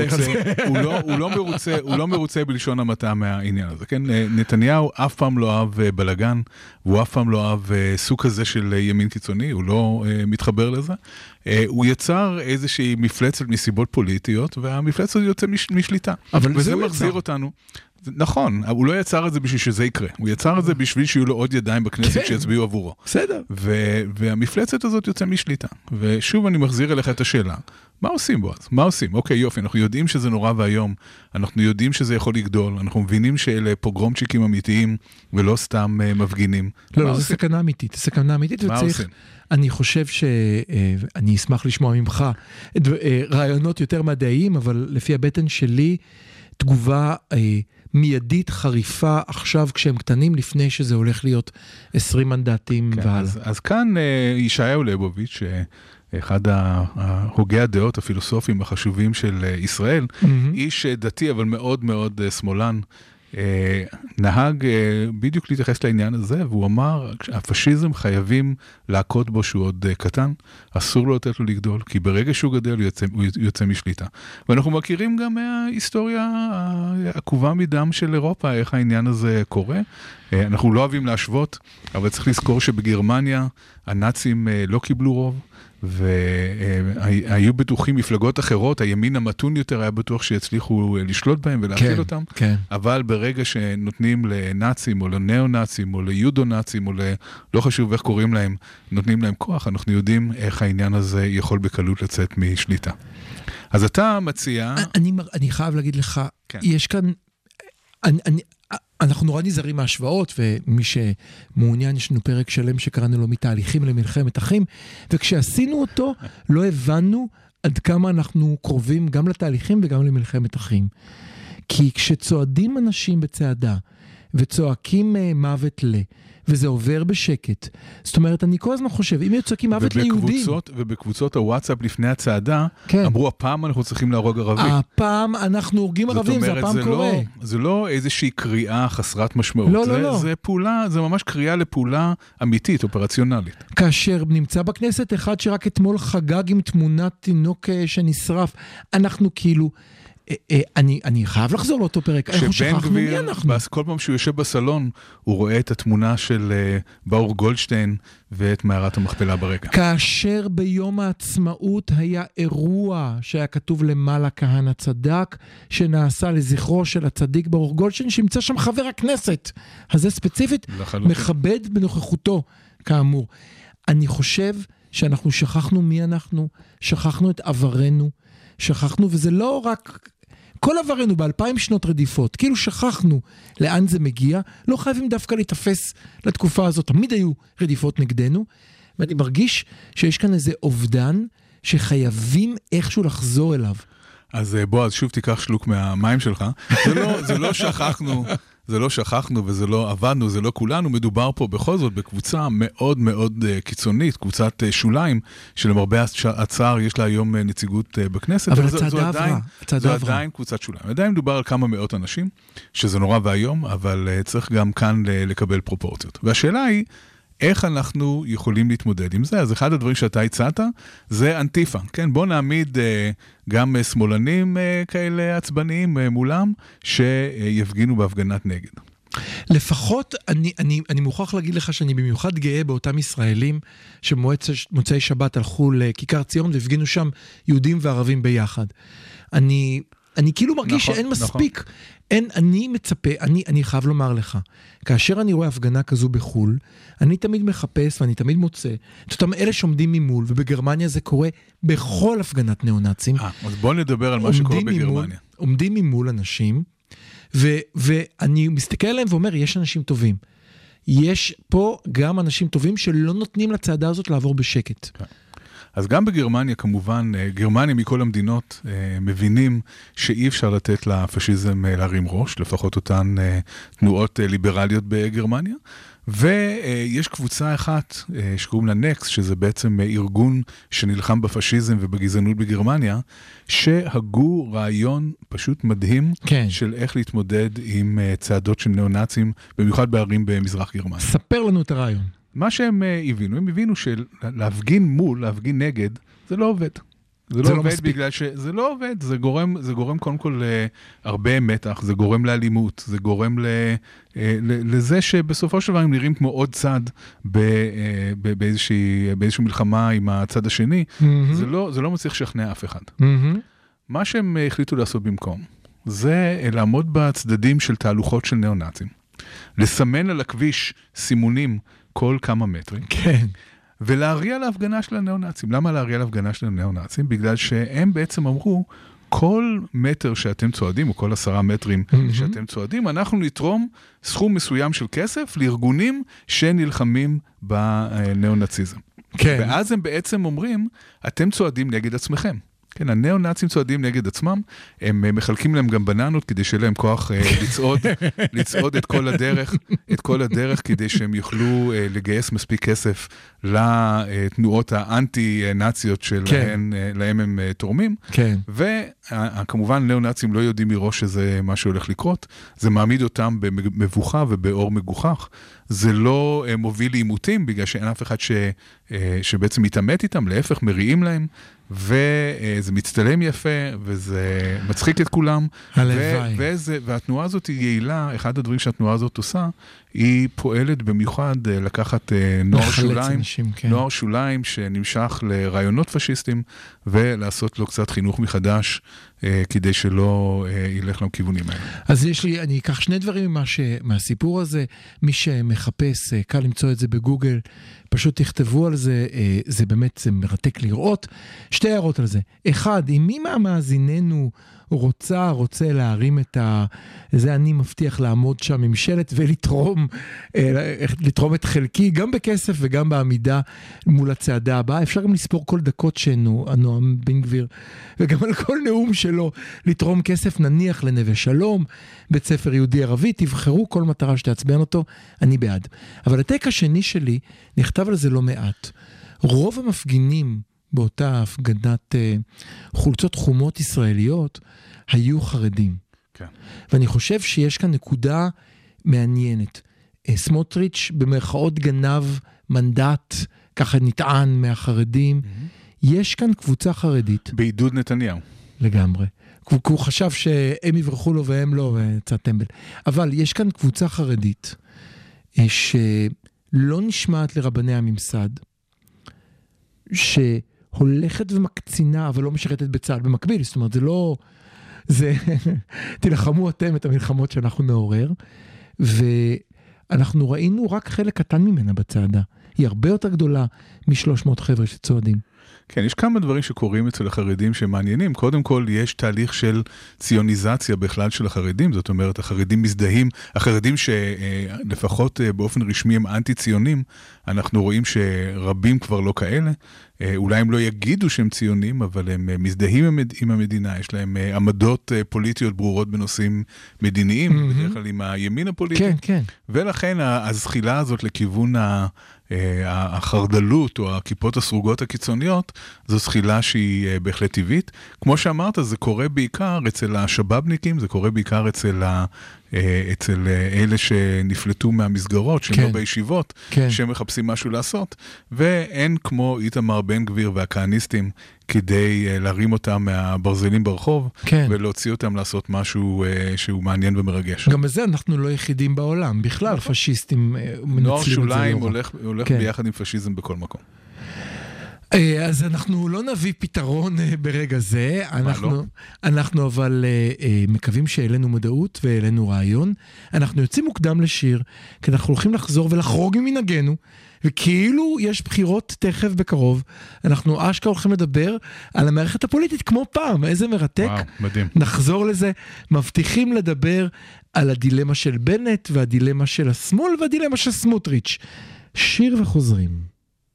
לא מרוצה בלשון המעטה מהעניין הזה. כן? נתניהו אף פעם לא אהב בלגן, והוא אף פעם לא אהב סוג כזה של ימין קיצוני, הוא לא מתחבר לזה. הוא יצר איזושהי מפלצת מסיבות פוליטיות, והמפלצת הזאת יוצא משליטה. וזה מחזיר אותנו. נכון, הוא לא יצר את זה בשביל שזה יקרה, הוא יצר את זה בשביל שיהיו לו עוד ידיים בכנסת שיצביעו עבורו. בסדר. והמפלצת הזאת יוצא משליטה. ושוב אני מחזיר אליך את השאלה, מה עושים בועז? מה עושים? אוקיי, יופי, אנחנו יודעים שזה נורא והיום, אנחנו יודעים שזה יכול לגדול, אנחנו מבינים שאלה פוגרומצ'יקים אמיתיים, ולא סתם מפגינים. לא, זה סכנה אמיתית, זה סכנה אמיתית, וצריך, אני חושב שאני אשמח לשמוע ממך רעיונות יותר מדעיים, אבל לפי הבטן שלי, תגובה מיידית חריפה עכשיו כשהם קטנים, לפני שזה הולך להיות 20 מנדטים והלאה. אז כאן ישעיהו ליבוביץ', אחד ההוגי הדעות הפילוסופיים החשובים של ישראל, איש דתי אבל מאוד מאוד שמאלן, נהג בדיוק להתייחס לעניין הזה, והוא אמר, הפשיזם חייבים להכות בו שהוא עוד קטן, אסור לו לתת לו לגדול, כי ברגע שהוא גדל הוא יוצא משליטה. ואנחנו מכירים גם מההיסטוריה העקובה מדם של אירופה, איך העניין הזה קורה. אנחנו לא אוהבים להשוות, אבל צריך לזכור שבגרמניה הנאצים לא קיבלו רוב, והיו בטוחים מפלגות אחרות, הימין המתון יותר היה בטוח שיצליחו לשלוט בהם ולהכיל אותם, אבל ברגע שנותנים לנאצים או לנאו-נאצים או ליודו-נאצים או לא חשוב איך קוראים להם, נותנים להם כוח, אנחנו יודעים איך העניין הזה יכול בקלות לצאת משליטה. אז אתה מציע... אני חייב להגיד לך, יש כאן... אנחנו נורא נזהרים מהשוואות, ומי שמעוניין, יש לנו פרק שלם שקראנו לו מתהליכים למלחמת אחים, וכשעשינו אותו, לא הבנו עד כמה אנחנו קרובים גם לתהליכים וגם למלחמת אחים. כי כשצועדים אנשים בצעדה, וצועקים מוות וזה עובר בשקט. זאת אומרת, אני כל הזמן חושב, אם יצועקים מוות ליהודים... ובקבוצות הוואטסאפ לפני הצעדה, אמרו, הפעם אנחנו צריכים להרוג ערבי. הפעם אנחנו הורגים ערבים, זה הפעם קורה. זה לא איזושהי קריאה חסרת משמעות. לא. זה פעולה, זה ממש קריאה לפעולה אמיתית, אופרציונלית. כאשר נמצא בכנסת אחד שרק אתמול חגג עם תמונת תינוק שנשרף, אנחנו כאילו... אני חייב לחזור לאותו פרק, אנחנו שכחנו מי אנחנו. כל פעם שהוא יושב בסלון, הוא רואה את התמונה של באור גולדשטיין ואת מערת המכפלה ברקע. כאשר ביום העצמאות היה אירוע שהיה כתוב למעלה כהנא צדק, שנעשה לזכרו של הצדיק באור גולדשטיין, שימצא שם חבר הכנסת. אז זה ספציפית מכבד בנוכחותו, כאמור. אני חושב שאנחנו שכחנו מי אנחנו, שכחנו את עברנו, שכחנו, וזה לא רק, כל עברנו ב2000 שנות רדיפות, כאילו שכחנו לאן זה מגיע, לא חייבים דווקא להתאפס לתקופה הזאת, תמיד היו רדיפות נגדנו, ואני מרגיש שיש כאן איזה אובדן, שחייבים איכשהו לחזור אליו. אז בועז, שוב תיקח שלוק מהמים שלך, זה לא שכחנו, זה לא שכחנו וזה לא עבדנו, זה לא כולנו, מדובר פה בכל זאת בקבוצה מאוד מאוד קיצונית, קבוצת שוליים, שלמרבה הצער יש לה היום נציגות בכנסת. אבל זו עדיין קבוצת שוליים. עדיין מדובר על כמה מאות אנשים, שזה נורא והיום, אבל צריך גם כאן לקבל פרופורציות. והשאלה היא, איך אנחנו יכולים להתמודד עם זה? אז אחד הדברים שאתה הצעת, זה אנטיפה. כן, בוא נעמיד גם שמאלנים כאלה עצבניים מולם, שיפגינו בהפגנת נגד. לפחות, אני מוכרח להגיד לך שאני במיוחד גאה באותם ישראלים, שמוצאי שבת הלכו לכיכר ציון, והפגינו שם יהודים וערבים ביחד. אני כאילו מרגיש שאין מספיק, אני מצפה, אני חייב לומר לך, כאשר אני רואה הפגנה כזו בחול, אני תמיד מחפש ואני תמיד מוצא את אותם אלה שעומדים ממול, ובגרמניה זה קורה בכל הפגנת ניאו-נאצים. אז בוא נדבר על מה שקורה בגרמניה. עומדים ממול אנשים, ואני מסתכל עליהם ואומר, יש אנשים טובים. יש פה גם אנשים טובים שלא נותנים לצעדה הזאת לעבור בשקט. אז גם בגרמניה, כמובן, גרמניה מכל המדינות מבינים שאי אפשר לתת לפשיזם להרים ראש, לפחות אותן תנועות ליברליות בגרמניה, ויש קבוצה אחת שקוראים לה נקס, שזה בעצם ארגון שנלחם בפשיזם ובגזענות בגרמניה, שהגו רעיון פשוט מדהים של איך להתמודד עם צעדות של ניאו-נאצים, במיוחד בערים במזרח גרמניה. ספר לנו את הרעיון. מה שהם הבינו, הם הבינו שלהפגין מול, להפגין נגד, זה לא עובד. זה לא עובד בגלל שזה לא עובד, זה גורם קודם כל להרבה מתח, זה גורם לאלימות, זה גורם לזה שבסופו של דבר הם נראים כמו עוד צד באיזושהי מלחמה עם הצד השני, זה לא מצליח לשכנע אף אחד. מה שהם החליטו לעשות במקום, זה לעמוד בצדדים של תהלוכות של ניאו-נאצים, לסמן על הכביש סימונים כל כמה מטרים. כן. ולהריע להפגנה של הניאו-נאצים. למה להריע להפגנה של הניאו-נאצים? בגלל שהם בעצם אמרו, כל מטר שאתם צועדים, או כל 10 מטרים שאתם צועדים, אנחנו נתרום סכום מסוים של כסף לארגונים שנלחמים בניאו-נאציזם. כן. ואז הם בעצם אומרים, אתם צועדים נגד עצמכם. כן, הניאו-נאצים צועדים נגד עצמם, הם מחלקים להם גם בננות כדי שיהיה להם כוח לצעוד את כל הדרך כדי שהם יוכלו לגייס מספיק כסף לתנועות האנטי-נאציות שלהם הם תורמים. כן. וכמובן ניאו-נאצים לא יודעים מראש שזה מה שהולך לקרות, זה מעמיד אותם במבוכה ובאור מגוחך. זה לא מוביל לעימותים בגלל שאין אף אחד שבעצם מתעמת איתם, להפך מריעים להם. וזה מצטלם יפה, וזה מצחיק את כולם. והתנועה הזאת היא יעילה, אחד הדברים שהתנועה הזאת עושה, היא פועלת במיוחד לקחת נוער שוליים שנמשך לרעיונות פשיסטים, ולעשות לו קצת חינוך מחדש, כדי שלא ילך לכיוונים האלה. אז אני אקח 2 דברים מהסיפור הזה, מי שמחפש, קל למצוא את זה בגוגל, פשוט תכתבו על זה, זה באמת זה מרתק לראות. 2 הערות על זה. 1, אם מי מהמאזיננו רוצה להרים זה אני מבטיח לעמוד שם עם שלט ולתרום את חלקי, גם בכסף וגם בעמידה מול הצעדה הבאה. אפשר גם לספור כל דקות נועם בן גביר, וגם על כל נאום שלו לתרום כסף, נניח לנווה שלום, בית ספר יהודי ערבי, תבחרו כל מטרה שתעצבן אותו, אני בעד. אבל הטייק השני שלי, נכתב על זה לא מעט. רוב המפגינים באותה הפגנת חולצות חומות ישראליות, היו חרדים. כן. ואני חושב שיש כאן נקודה מעניינת. סמוטריץ' במרכאות גנב מנדט, ככה נטען מהחרדים. יש כאן קבוצה חרדית. בעידוד נתניהו. לגמרי. כי הוא חשב שהם יברחו לו והם לא, וצד טמבל. אבל יש כאן קבוצה חרדית, שלא נשמעת לרבני הממסד, שהולכת ומקצינה, אבל לא משרתת בצה"ל במקביל, זאת אומרת, זה לא... תלחמו אתם את המלחמות שאנחנו נעורר, ואנחנו ראינו רק חלק קטן ממנה בצעדה. היא הרבה יותר גדולה מ-300 חבר'ה שצועדים. כן, יש כמה דברים שקורים אצל החרדים שמעניינים. קודם כל, יש תהליך של ציוניזציה בכלל של החרדים, זאת אומרת, החרדים מזדהים, החרדים שלפחות באופן רשמי הם אנטי-ציונים, אנחנו רואים שרבים כבר לא כאלה, אולי הם לא יגידו שהם ציונים, אבל הם מזדהים עם המדינה, יש להם עמדות פוליטיות ברורות בנושאים מדיניים, בדרך כלל עם הימין הפוליטי. כן, כן. ולכן הזחילה הזאת לכיוון החרדלות או הכיפות הסרוגות הקיצוניות, זו זחילה שהיא בהחלט טבעית. כמו שאמרת, זה קורה בעיקר אצל השבאבניקים, זה קורה בעיקר אצל אלה שנפלטו מהמסגרות, שהם לא בישיבות, שמחפשים משהו לעשות, ואין כמו איתמר בן גביר והכהניסטים כדי להרים אותם מהברזלים ברחוב, ולהוציא אותם לעשות משהו שהוא מעניין ומרגש. גם בזה אנחנו לא יחידים בעולם, בכלל פשיסטים מנצלים את זה. נוער שוליים הולך ביחד עם פשיזם בכל מקום. אז אנחנו לא נביא פתרון ברגע זה, אנחנו אבל מקווים שאלינו מודעות ואלינו רעיון. אנחנו יוצאים מוקדם לשיר, כי אנחנו הולכים לחזור ולחרוג ממנהגנו, וכאילו יש בחירות תכף בקרוב, אנחנו אשכרה הולכים לדבר על המערכת הפוליטית כמו פעם, איזה מרתק. וואו, מדהים. נחזור לזה, מבטיחים לדבר על הדילמה של בנט, והדילמה של השמאל, והדילמה של סמוטריץ'. שיר וחוזרים.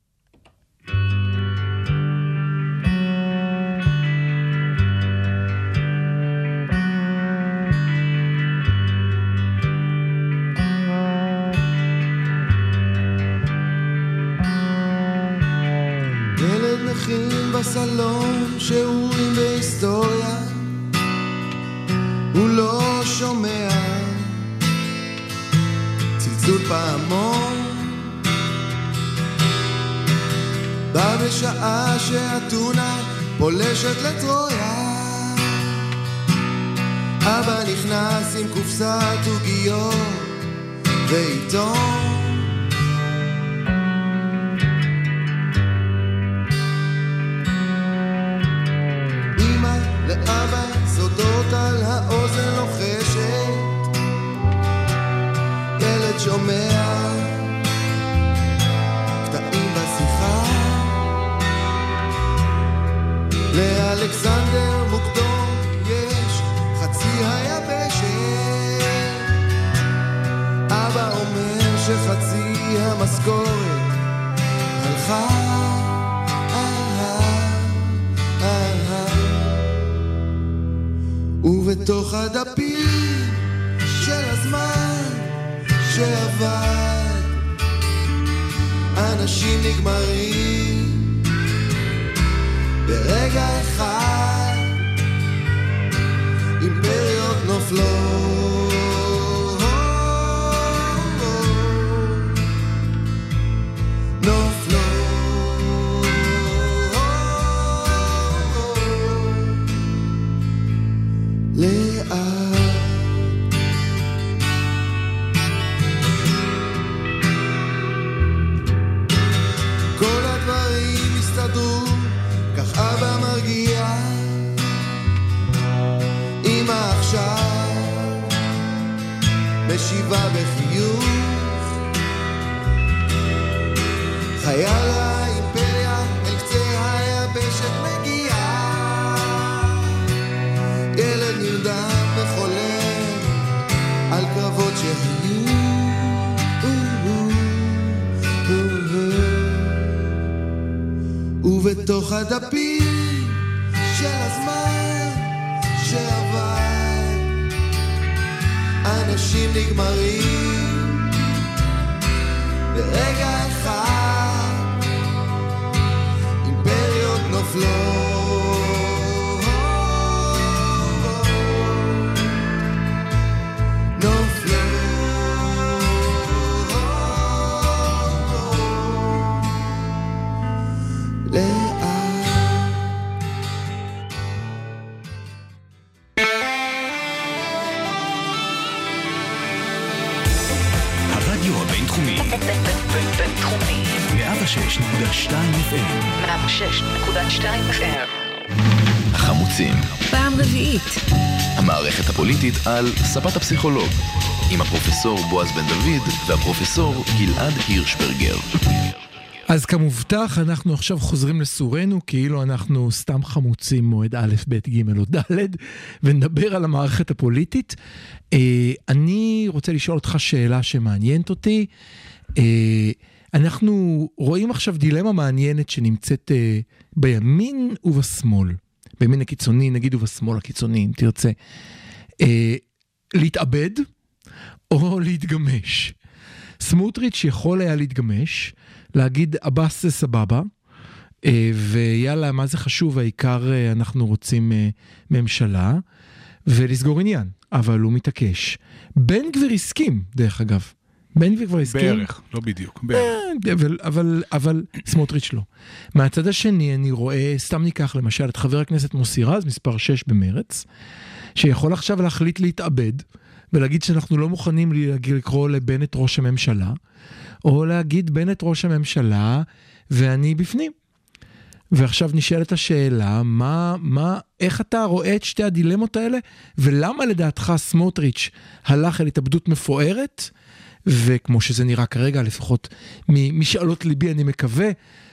ילד מכין בסלון שיעורים בהיסטוריה, הוא לא שומע צלצול פעמון, בא בשעה שהטונה פולשת לטרויה, אבא נכנס עם קופסת עוגיות ועיתון, לאבא סודות על האוזן לוחשת, ילד שומע קטעים בשיחה, לאלכסנדר מוקדום יש חצי היבשת, אבא אומר שחצי המשכורת הלכה, ובתוך הדפים של הזמן שעבד אנשים נגמרים ברגע אחד, אימפריות נופלות, כל הדברים הסתדרו, כך אבא מרגיע, אמא עכשיו משיבה בחיוך, חייל האימפריה אל קצה היבשת מגיע, ילד נרדם וחולם על קרבות שהיו, ובתוך הדפים של הזמן שעבר אנשים נגמרים ברגע אחד, אימפריות נופלות, בינתחומי. 106.2 FM. 106.2 FM. החמוצים. פעם רביעית. המערכת הפוליטית על ספת הפסיכולוג. עם הפרופסור בועז בן דוד והפרופסור גלעד הירשברגר. אז כמובטח, אנחנו עכשיו חוזרים לסורנו, כאילו אנחנו סתם חמוצים מועד א', ב', ג' או ד', ונדבר על המערכת הפוליטית. אני רוצה לשאול אותך שאלה שמעניינת אותי. אנחנו רואים עכשיו דילמה מעניינת שנמצאת בימין ובשמאל. בימין הקיצוני, נגיד, ובשמאל הקיצוני, אם תרצה. להתאבד או להתגמש. סמוטריץ' יכול היה להתגמש, להגיד אבאס זה סבבה, ויאללה, מה זה חשוב, העיקר אנחנו רוצים ממשלה, ולסגור עניין, אבל הוא מתעקש. בן גביר הסכים, דרך אגב. בן גביר כבר הסכים. בערך, לא בדיוק, בערך. אבל סמוטריץ' לא. מהצד השני אני רואה, סתם ניקח למשל את חבר הכנסת מוסי רז, מספר 6 במרץ, שיכול עכשיו להחליט להתאבד, ולהגיד שאנחנו לא מוכנים לקרוא לבנט ראש הממשלה, או להגיד בנט ראש הממשלה, ואני בפנים. ועכשיו נשאלת השאלה, איך אתה רואה את שתי הדילמות האלה, ולמה לדעתך סמוטריץ' הלך אל התאבדות מפוארת, וכמו שזה נראה כרגע, לפחות משאלות ליבי, אני מקווה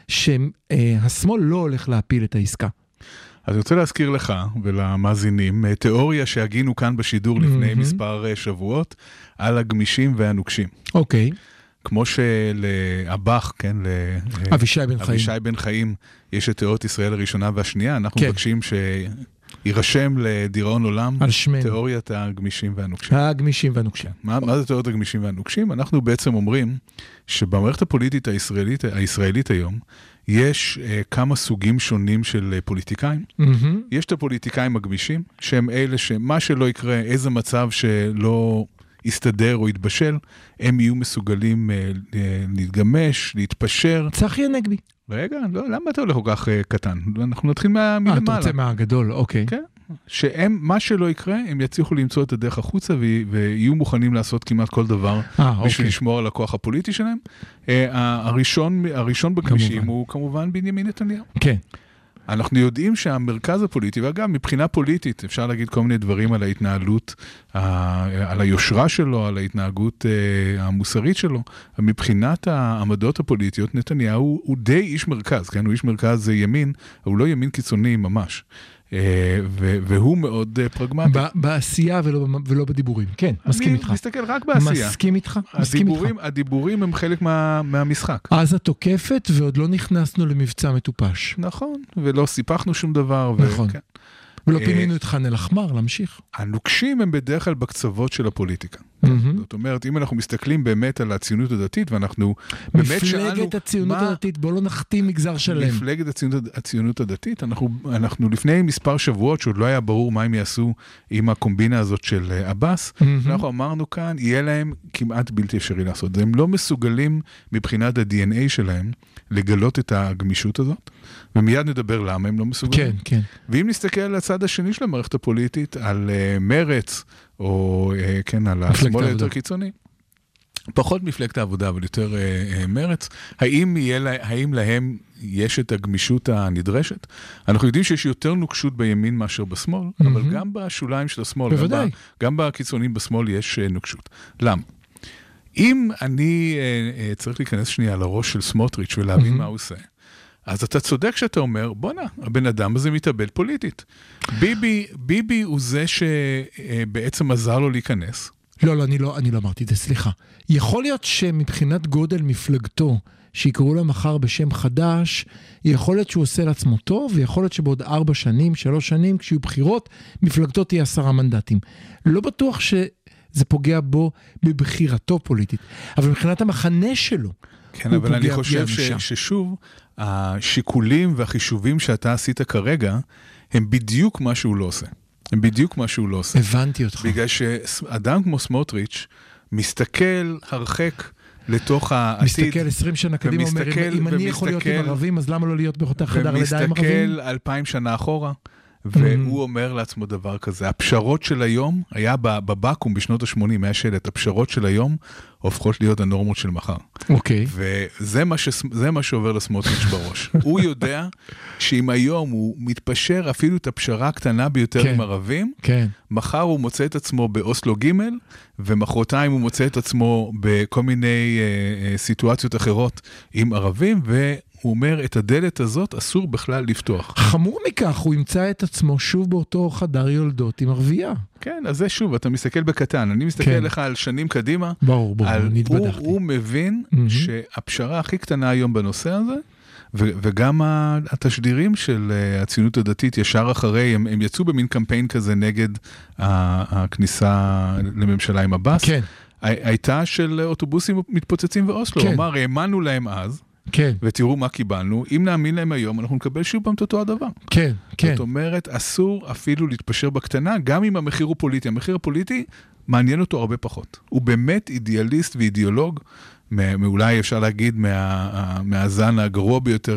שהשמאל לא הולך להפיל את העסקה. אז אני רוצה להזכיר לך ולמאזינים, תיאוריה שהגינו כאן בשידור לפני מספר שבועות, על הגמישים והנוקשים. אוקיי. כמו שלאב"ח, כן, אבישי בן חיים, יש את תיאוריות ישראל הראשונה והשנייה, אנחנו מבקשים שירשם לדיראון עולם, תיאוריית הגמישים והנוקשים. הגמישים והנוקשים. מה זה תיאוריית הגמישים והנוקשים? אנחנו בעצם אומרים שבמערכת הפוליטית הישראלית היום, יש כמה סוגים שונים של פוליטיקאים. יש את הפוליטיקאים הגמישים, שהם אלה שמה שלא יקרה, איזה מצב שלא יסתדר או יתבשל, הם יהיו מסוגלים להתגמש, להתפשר. צחי הנגבי. רגע, לא, למה אתה הולך כל כך קטן? אנחנו נתחיל מלמעלה. אתה רוצה מהגדול, אוקיי. כן. שהם, מה שלא יקרה, הם יצליחו למצוא את הדרך החוצה, ויהיו מוכנים לעשות כמעט כל דבר, בשביל לשמור על הכוח הפוליטי שלהם. הראשון בגמישים הוא כמובן בנימין נתניהו. כן. אנחנו יודעים שהמרכז הפוליטי, ואגב, מבחינה פוליטית, אפשר להגיד כל מיני דברים על ההתנהלות, על היושרה שלו, על ההתנהגות המוסרית שלו, מבחינת העמדות הפוליטיות, נתניהו הוא די איש מרכז, כן? הוא איש מרכז ימין, הוא לא ימין קיצוני ממש. והוא מאוד פרגמטי. בעשייה ולא בדיבורים. כן, מסכים איתך. אני מסתכל רק בעשייה. מסכים איתך. הדיבורים הם חלק מהמשחק. אז התוקפת ועוד לא נכנסנו למבצע מטופש. נכון, ולא סיפחנו שום דבר. נכון. ולא פינינו את חן אל-אחמר, להמשיך. הנוקשים הם בדרך כלל בקצוות של הפוליטיקה. זאת אומרת, אם אנחנו מסתכלים באמת על הציונות הדתית, ואנחנו באמת שאלנו... מפלגת הציונות הדתית, בואו לא נחתים מגזר שלם. מפלגת הציונות הדתית, אנחנו לפני מספר שבועות, שעוד לא היה ברור מה הם יעשו עם הקומבינה הזאת של אבאס, אנחנו אמרנו כאן, יהיה להם כמעט בלתי אפשרי לעשות. הם לא מסוגלים מבחינת ה-DNA שלהם, לגלות את הגמישות הזאת, ומיד נדבר למה הם לא מסוגלים. כן, כן. ואם נסתכל על הצד השני של המערכת הפוליטית, על מרץ, או כן, על השמאל היותר קיצוני, פחות מפלגת העבודה, אבל יותר מרץ, האם להם יש את הגמישות הנדרשת? אנחנו יודעים שיש יותר נוקשות בימין מאשר בשמאל, אבל גם בשוליים של השמאל, גם בקיצונים בשמאל יש נוקשות. למה? אם אני צריך להיכנס שנייה לראש של סמוטריץ' ולהבין מה הוא עושה, אז אתה צודק שאתה אומר, בוא נה, הבן אדם הזה מתאבד פוליטית. ביבי הוא זה שבעצם עזר לו להיכנס. לא, אני לא אמרתי את זה, סליחה. יכול להיות שמבחינת גודל מפלגתו, שיקראו לה מחר בשם חדש, יכול להיות שהוא עושה לעצמו טוב, ויכול להיות שבעוד 4 שנים, 3 שנים, כשיהיו בחירות, מפלגתו תהיה 10 מנדטים. לא בטוח זה פוגע בו בבחירתו פוליטית. אבל מבחינת המחנה שלו, כן, אבל אני חושב ששוב, השיקולים והחישובים שאתה עשית כרגע, הם בדיוק מה שהוא לא עושה. הם בדיוק מה שהוא לא עושה. הבנתי אותך. בגלל שאדם כמו סמוטריץ' מסתכל הרחק לתוך העתיד. מסתכל 20 שנה קדימה, אומר, אם אני יכול להיות עם ערבים, אז למה לא להיות באותה חדר לידה עם ערבים? ומסתכל 2000 שנה אחורה. והוא אומר לעצמו דבר כזה, הפשרות של היום, היה בבקום בשנות ה-80, היה שלט, הפשרות של היום הופכות להיות הנורמות של מחר. אוקיי. וזה מה שעובר לסמוטריץ' בראש. הוא יודע שאם היום הוא מתפשר אפילו את הפשרה הקטנה ביותר עם ערבים, מחר הוא מוצא את עצמו באוסלו ג' ומחרתיים הוא מוצא את עצמו בכל מיני סיטואציות אחרות עם ערבים, הוא אומר, את הדלת הזאת אסור בכלל לפתוח. חמור מכך, הוא ימצא את עצמו שוב באותו חדר יולדות עם ערבייה. כן, אז זה שוב, אתה מסתכל בקטן. אני מסתכל לך על שנים קדימה. ברור, נתבדחתי. הוא מבין שהפשרה הכי קטנה היום בנושא הזה, וגם התשדירים של הציונות הדתית ישר אחרי, הם יצאו במין קמפיין כזה נגד הכניסה לממשלה עם הבאס. כן. הייתה של אוטובוסים מתפוצצים ואוסלו. הוא אמר, האמנו להם אז, כן. ותראו מה קיבלנו, אם נאמין להם היום, אנחנו נקבל שוב פעם את אותו הדבר. כן, כן. זאת אומרת, אסור אפילו להתפשר בקטנה, גם אם המחיר הוא פוליטי. המחיר הפוליטי מעניין אותו הרבה פחות. הוא באמת אידיאליסט ואידיאולוג, אולי אפשר להגיד מהזן הגרוע ביותר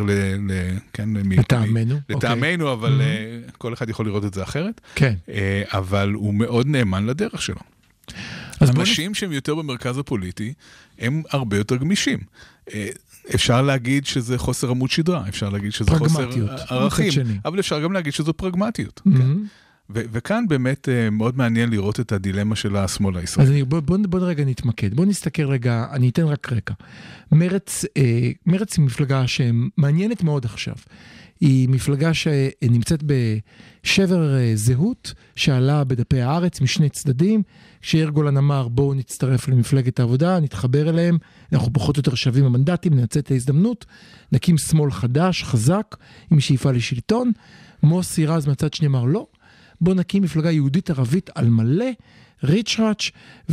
לטעמנו, אבל כל אחד יכול לראות את זה אחרת. כן. אבל הוא מאוד נאמן לדרך שלו. אנשים שהם יותר במרכז הפוליטי, הם הרבה יותר גמישים. אפשר להגיד שזה חוסר עמוד שדרה, אפשר להגיד שזה חוסר ערכים, אבל אפשר גם להגיד שזו פרגמטיות. וכאן באמת מאוד מעניין לראות את הדילמה של השמאל הישראלי. אז בוא רגע נתמקד, בוא נסתכל רגע, אני אתן רק רקע. מרץ היא מפלגה שמעניינת מאוד עכשיו. היא מפלגה שנמצאת בשבר זהות, שעלה בדפי הארץ משני צדדים, כשיאיר גולן אמר בואו נצטרף למפלגת העבודה, נתחבר אליהם, אנחנו פחות או יותר שווים המנדטים, ננצל את ההזדמנות, נקים שמאל חדש, חזק, עם שאיפה לשלטון. מוסי רז מהצד שני אמר לא, בואו נקים מפלגה יהודית ערבית על מלא, ריץ'-ראץ',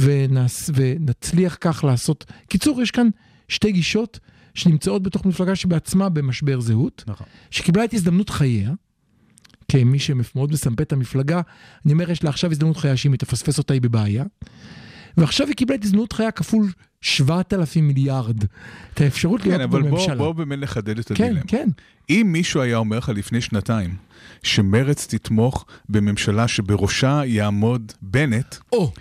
ונצליח כך לעשות. קיצור, יש כאן שתי גישות שנמצאות בתוך מפלגה שבעצמה במשבר זהות, נכון. שקיבלה את הזדמנות חייה, כמי שמאוד מסמפה את המפלגה, אני אומר, יש לה עכשיו הזדמנות חייה שהיא מתפספס אותה, היא בבעיה, ועכשיו היא קיבלה את הזדמנות חייה כפול 7,000 מיליארד, את האפשרות להיות בממשלה. כן, אבל בואו באמת לחדד את הדילמה. כן. אם מישהו היה אומר לך לפני שנתיים, שמרץ תתמוך בממשלה שבראשה יעמוד בנט,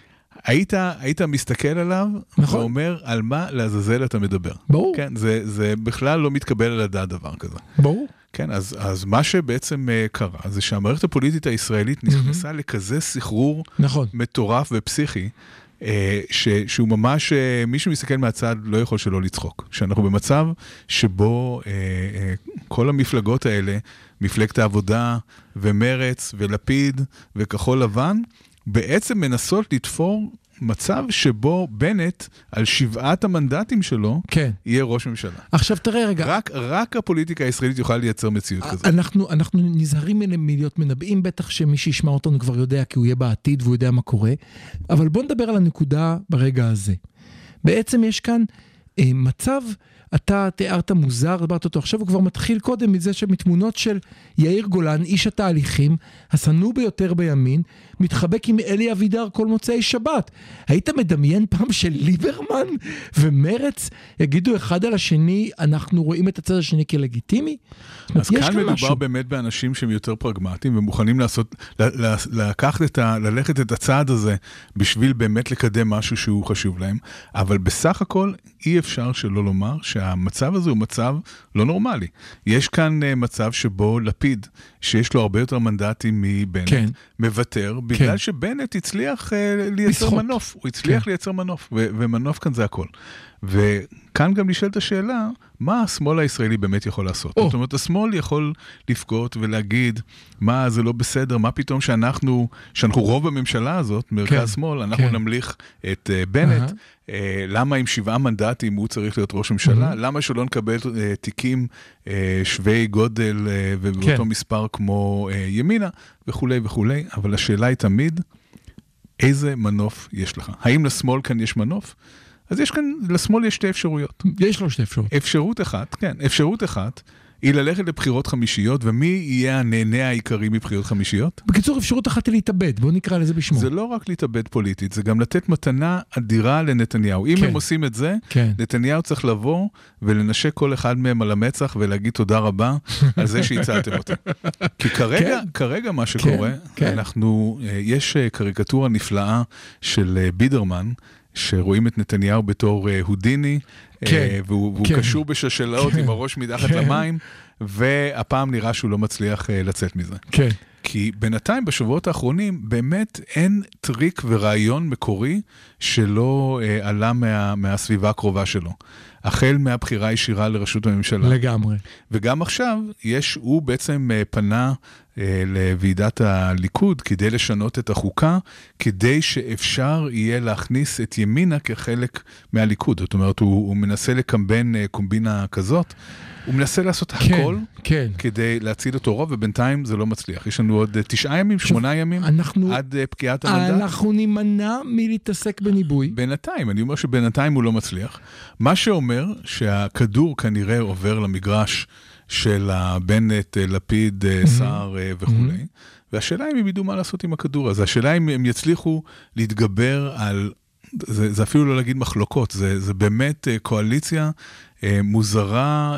היית מסתכל עליו, נכון. ואומר על מה לעזאזל אתה מדבר. ברור. כן, זה בכלל לא מתקבל על הדעת דבר כזה. ברור. כן, אז מה שבעצם קרה, זה שהמערכת הפוליטית הישראלית נכנסה לכזה סחרור נכון. מטורף ופסיכי, שהוא ממש, מישהו מסתכל מהצד לא יכול שלא לצחוק. שאנחנו במצב שבו כל המפלגות האלה, מפלגת העבודה ומרץ ולפיד וכחול לבן, בעצם מנסות לתפור מצב שבו בנט, על 7 המנדטים שלו, כן. יהיה ראש ממשלה. עכשיו תראה רגע. רק הפוליטיקה הישראלית יוכל לייצר מציאות כזאת. אנחנו נזהרים מלהיות מנבאים, בטח שמי שישמע אותנו כבר יודע, כי הוא יהיה בעתיד והוא יודע מה קורה. אבל בוא נדבר על הנקודה ברגע הזה. בעצם יש כאן מצב, אתה תיארת מוזר, דיברת אותו עכשיו, הוא כבר מתחיל קודם מזה שמתמונות של יאיר גולן, איש התהליכים, השנוא ביותר בימין, מתחבק עם אלי אבידר כל מוצאי שבת. היית מדמיין פעם של ליברמן ומרץ יגידו אחד על השני, אנחנו רואים את הצד השני כלגיטימי? אז כאן מדובר באמת באנשים שהם יותר פרגמטיים, ומוכנים ללכת את הצעד הזה, בשביל באמת לקדם משהו שהוא חשוב להם, אבל בסך הכל אי אפשר שלא לומר שהמצב הזה הוא מצב לא נורמלי. יש כאן מצב שבו לפיד, שיש לו הרבה יותר מנדטים מבנט, כן. מוותר, בגלל כן. שבנט הצליח לייצר מנוף. הוא הצליח כן. לייצר מנוף, ומנוף כאן זה הכל. וכאן גם נשאלת השאלה, מה השמאל הישראלי באמת יכול לעשות? זאת אומרת, השמאל יכול לפגות ולהגיד, מה זה לא בסדר, מה פתאום שאנחנו רוב בממשלה הזאת, מרכז שמאל, אנחנו נמליך את בנט, למה עם 7 מנדטים הוא צריך להיות ראש ממשלה? למה שלא נקבל תיקים שווי גודל ובאותו מספר כמו ימינה וכו' וכו', אבל השאלה היא תמיד, איזה מנוף יש לך? האם לשמאל כאן יש מנוף? אז יש כאן, לשמאל יש 2 אפשרויות. יש לו 2 אפשרויות. אפשרות אחת, היא ללכת לבחירות חמישיות, ומי יהיה הנהנה העיקרי מבחירות חמישיות? בקיצור, אפשרות אחת היא להתאבד, בואו נקרא לזה בשמו. זה לא רק להתאבד פוליטית, זה גם לתת מתנה אדירה לנתניהו. אם הם עושים את זה, נתניהו צריך לבוא ולנשק כל אחד מהם על המצח ולהגיד תודה רבה על זה שהצעתם אותי. כי כרגע מה שקורה, יש קריקטורה נפלאה של בידרמן, שרואים את נתניהו בתור הודיני, והוא קשור בשלשלות עם הראש מתחת למים, והפעם נראה שהוא לא מצליח לצאת מזה. כי בינתיים בשבועות האחרונים באמת אין טריק ורעיון מקורי שלא עלה מהסביבה הקרובה שלו. החל מהבחירה הישירה לראשות הממשלה. לגמרי. וגם עכשיו הוא בעצם פנה לוועידת הליכוד כדי לשנות את החוקה, כדי שאפשר יהיה להכניס את ימינה כחלק מהליכוד. זאת אומרת, הוא מנסה לקמבן קומבינה כזאת, הוא מנסה לעשות הכל כדי להציל אותו רוב, ובינתיים זה לא מצליח. יש לנו עוד 9 ימים, 8 ימים, עד פקיעת המנדט. אנחנו נימנע מלהתעסק בניבוי. בינתיים, אני אומר שבינתיים הוא לא מצליח. מה שאומר שהכדור כנראה עובר למגרש של בנט, לפיד, סער וכו'. והשאלה אם הם ידעו מה לעשות עם הכדור הזה. השאלה אם הם יצליחו להתגבר על, זה אפילו לא להגיד מחלוקות, זה באמת קואליציה מוזרה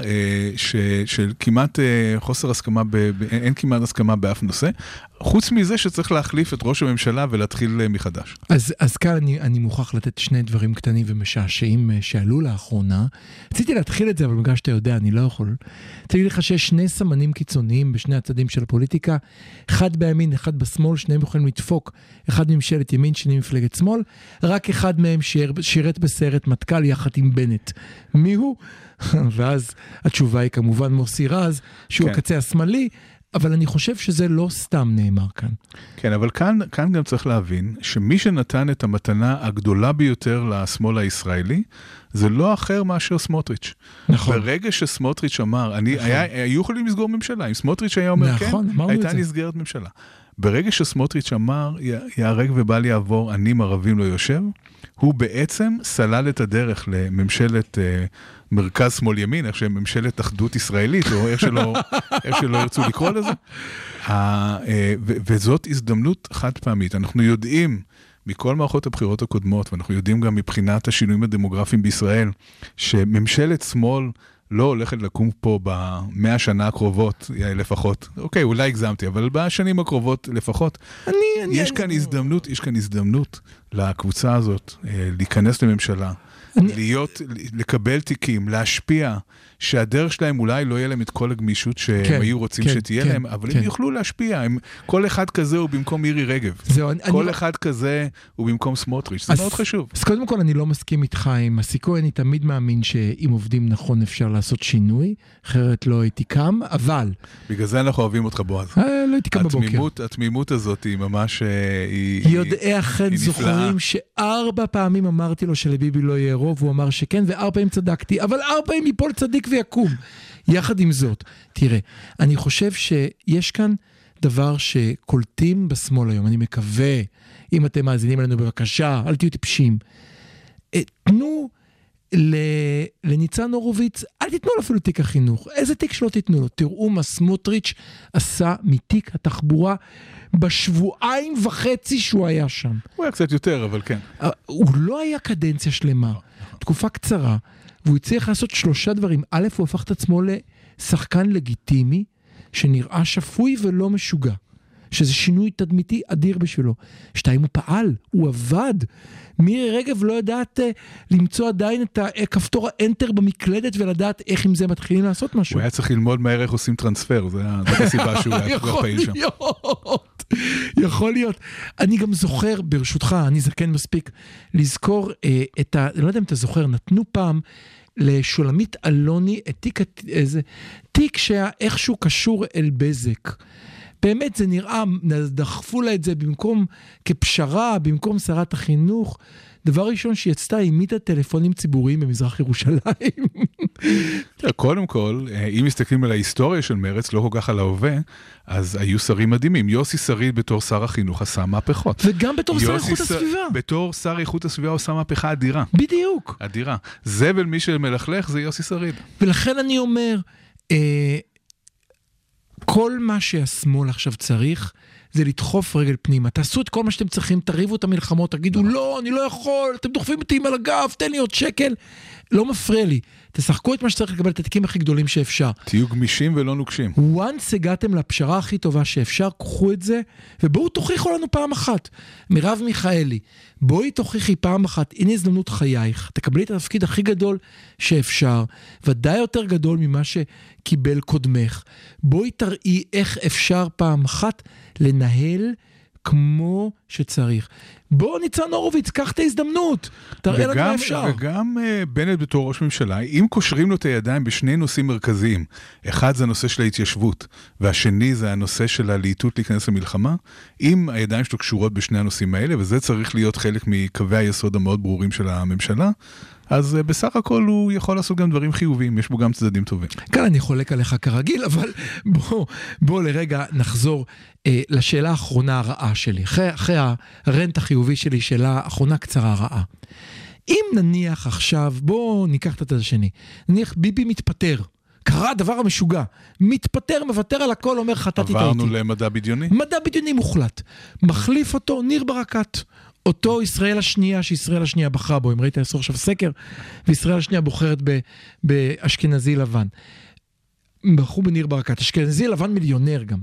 של כמעט חוסר הסכמה, אין כמעט הסכמה באף נושא, חוץ מזה שצריך להחליף את ראש הממשלה ולהתחיל מחדש. אז כאן אני מוכרח לתת 2 דברים קטנים ומשעשעים שעלו לאחרונה. רציתי להתחיל את זה, אבל בגלל שאתה יודע, אני לא יכול. תגיד לך שיש 2 סמנים קיצוניים בשני הצדים של הפוליטיקה, אחד בימין, אחד בשמאל, שניהם יכולים לדפוק, אחד ממשלת ימין, שני מפלגת שמאל, רק אחד מהם שירת בסרט מטכ"ל יחד עם בנט. מי הוא? ואז התשובה היא כמובן מוסי רז, שהוא הקצה השמאלי, אבל אני חושב שזה לא סתם נאמר כאן. כן, אבל כאן גם צריך להבין יכולים שנתן את המתנה הגדולה ביותר לשמאל הישראלי, זה לא אחר מאשר סמוטריץ'. נכון. ברגע שסמוטריץ' אמר, היו יכולים לסגור ממשלה, אם סמוטריץ' היה אומר כן, הייתה נסגרת ממשלה. ברגע שסמוטריץ' אמר, יהרג ובל יעבור, אני ערבים לא יושב, הוא בעצם סלל את הדרך לממשלת מרכז שמאל ימין, איך שממשלת אחדות ישראלית, או איך שלא ירצו לקרוא לזה. וזאת הזדמנות חד פעמית. אנחנו יודעים מכל מערכות הבחירות הקודמות, ואנחנו יודעים גם מבחינת השינויים הדמוגרפיים בישראל, שממשלת שמאל לא הולכת לקום פה ב100 שנה הקרובות לפחות. אוקיי, אולי הגזמתי, אבל בשנים הקרובות לפחות. יש כאן הזדמנות לקבוצה הזאת להיכנס לממשלה, לקבל תיקים, להשפיע, שהדרך שלהם אולי לא יהיה להם את כל הגמישות שהם היו רוצים שתהיה להם, אבל הם יוכלו להשפיע. כל אחד כזה הוא במקום מירי רגב. כל אחד כזה הוא במקום סמוטריץ'. זה מאוד חשוב. אז קודם כל אני לא מסכים איתך עם הסיכוי, אני תמיד מאמין שאם עובדים נכון אפשר לעשות שינוי, אחרת לא הייתי קם, אבל... בגלל זה אנחנו אוהבים אותך בועז. לא הייתי קם בבוקר. התמימות הזאת היא ממש... יודעי החן זוכרים ש4 פעמים אמרתי לו שלביבי לא יהיה רוב, הוא אמר שכן, ו4 פעמים צדקתי, אבל 4 פעמים ייפול צדיק ויקום. יחד עם זאת, תראה, אני חושב שיש כאן דבר שקולטים בשמאל היום, אני מקווה, אם אתם מאזינים לנו בבקשה, אל תהיו טיפשים, תנו לניצן הורוביץ, אל תיתנו לו אפילו תיק החינוך, איזה תיק שלא תיתנו לו, תראו מה סמוטריץ' עשה מתיק התחבורה בשבועיים וחצי שהוא היה שם. הוא היה קצת יותר, אבל כן. הוא לא היה קדנציה שלמה, תקופה קצרה, והוא הצליח לעשות 3 דברים. א', הוא הפך את עצמו לשחקן לגיטימי, שנראה שפוי ולא משוגע. שזה שינוי תדמיתי אדיר בשבילו. 2, הוא פעל, הוא עבד. מירי רגב לא יודעת למצוא עדיין את כפתור האנטר במקלדת, ולדעת איך עם זה מתחילים לעשות משהו. הוא היה צריך ללמוד מהר איך עושים טרנספר, זה הסיבה שהוא היה כבר פעיל שם. יכול להיות. אני גם זוכר, ברשותך, אני זקן מספיק, לזכור את לא יודע אם אתה זוכר, נתנו פעם לשולמית אלוני את תיק שהיה איכשהו קשור אל בזק. באמת זה נראה, דחפו לה את זה במקום כפשרה, במקום שרת החינוך. דבר ראשון שיצתה, העמידה טלפונים ציבוריים במזרח ירושלים. קודם כל, אם מסתכלים על ההיסטוריה של מרץ, לא כל כך על ההווה, אז היו שרים מדהימים. יוסי שריד בתור שר החינוך עשה מהפכות. וגם בתור שר איכות הסביבה. בתור שר איכות הסביבה עושה מהפכה אדירה. בדיוק. אדירה. זבל מי שמלכלך זה יוסי שריד. ולכן אני אומר, כל מה שהשמאל עכשיו צריך, זה לדחוף רגל פנימה. תעשו את כל מה שאתם צריכים, תריבו את המלחמות, תגידו, לא, אני לא יכול, אתם דוחפים אותי על הגב, תן לי עוד שקל. לא מפריע לי. תשחקו את מה שצריך לקבל את התיקים הכי גדולים שאפשר. תהיו גמישים ולא נוקשים. once הגעתם לפשרה הכי טובה שאפשר, קחו את זה, ובואו תוכיחו לנו פעם אחת. מירב מיכאלי, בואי תוכיחי פעם אחת, הנה הזדמנות חייך, תקבלי את התפקיד הכי גדול שאפשר, ודאי יותר גדול ממה שקיבל קודמך. בואי תראי איך אפשר פעם אחת לנהל כמו שצריך. בוא ניצן הורוביץ, קח את ההזדמנות, תראה לנו מה אפשר. וגם בנט בתור ראש ממשלה, אם קושרים לו את הידיים בשני נושאים מרכזיים, אחד זה הנושא של ההתיישבות, והשני זה הנושא של הלהיטות להיכנס למלחמה, אם הידיים שלו קשורות בשני הנושאים האלה, וזה צריך להיות חלק מקווי היסוד המאוד ברורים של הממשלה, אז בסך הכל הוא יכול לעשות גם דברים חיוביים, יש בו גם צדדים טובים. כאן אני חולק עליך כרגיל, אבל בוא לרגע נחזור לשאלה האחרונה הרעה שלי. אחרי הרנט החיובי שלי, שאלה אחרונה קצרה רעה. אם נניח עכשיו, בוא ניקח את הצד השני, נניח ביבי מתפטר, קרה הדבר המשוגע, מתפטר, מוותר על הכל, אומר חטאתי טעיתי. עברנו למדע בדיוני? מדע בדיוני מוחלט. מחליף אותו ניר ברקת. אותו ישראל השנייה, שישראל השנייה בחרה בו, אם ראית עשור עכשיו סקר, וישראל השנייה בוחרת באשכנזי לבן. בחרו בניר ברקת, אשכנזי לבן מיליונר גם.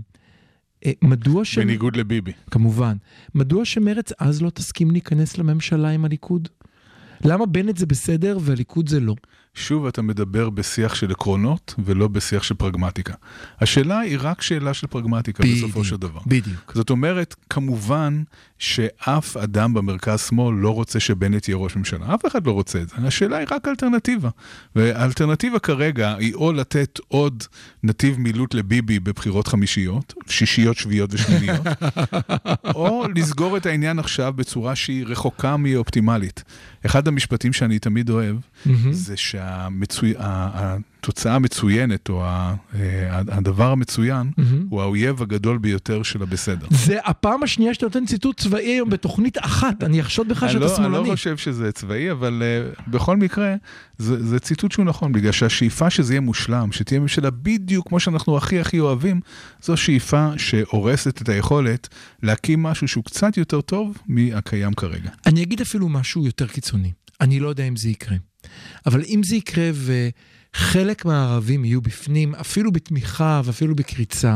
מדוע בניגוד לביבי. כמובן. מדוע שמרץ אז לא תסכים להיכנס לממשלה עם הליכוד? למה בנט זה בסדר והליכוד זה לא? שוב אתה מדבר בשיח של עקרונות ולא בשיח של פרגמטיקה. השאלה היא רק שאלה של פרגמטיקה בסופו של דבר. בדיוק. זאת אומרת, כמובן שאף אדם במרכז שמאל לא רוצה שבנט יהיה ראש ממשלה. אף אחד לא רוצה את זה. השאלה היא רק אלטרנטיבה. והאלטרנטיבה כרגע היא או לתת עוד נתיב מילוט לביבי בבחירות חמישיות, שישיות, שביעיות ושמיניות, או לסגור את העניין עכשיו בצורה שהיא רחוקה מאופטימלית. אחד המשפטים שאני תמיד אוהב, זה שהתוצאה המצוינת, או הדבר המצוין, הוא האויב הגדול ביותר של הבסדר. זה הפעם השנייה שאתה נותן ציטוט צבאי היום בתוכנית אחת, אני אחשוד בך שאתה שמאלני. אני לא חושב שזה צבאי, אבל בכל מקרה, זה ציטוט שהוא נכון, בגלל שהשאיפה שזה יהיה מושלם, שתהיה ממשלה בדיוק כמו שאנחנו הכי אוהבים, זו שאיפה שהורסת את היכולת להקים משהו שהוא קצת יותר טוב מהקיים כרגע. אני אגיד אפילו משהו יותר קיצוני. אני לא יודע אם זה יקרה. אבל אם זה יקרה וחלק מהערבים יהיו בפנים, אפילו בתמיכה ואפילו בקריצה,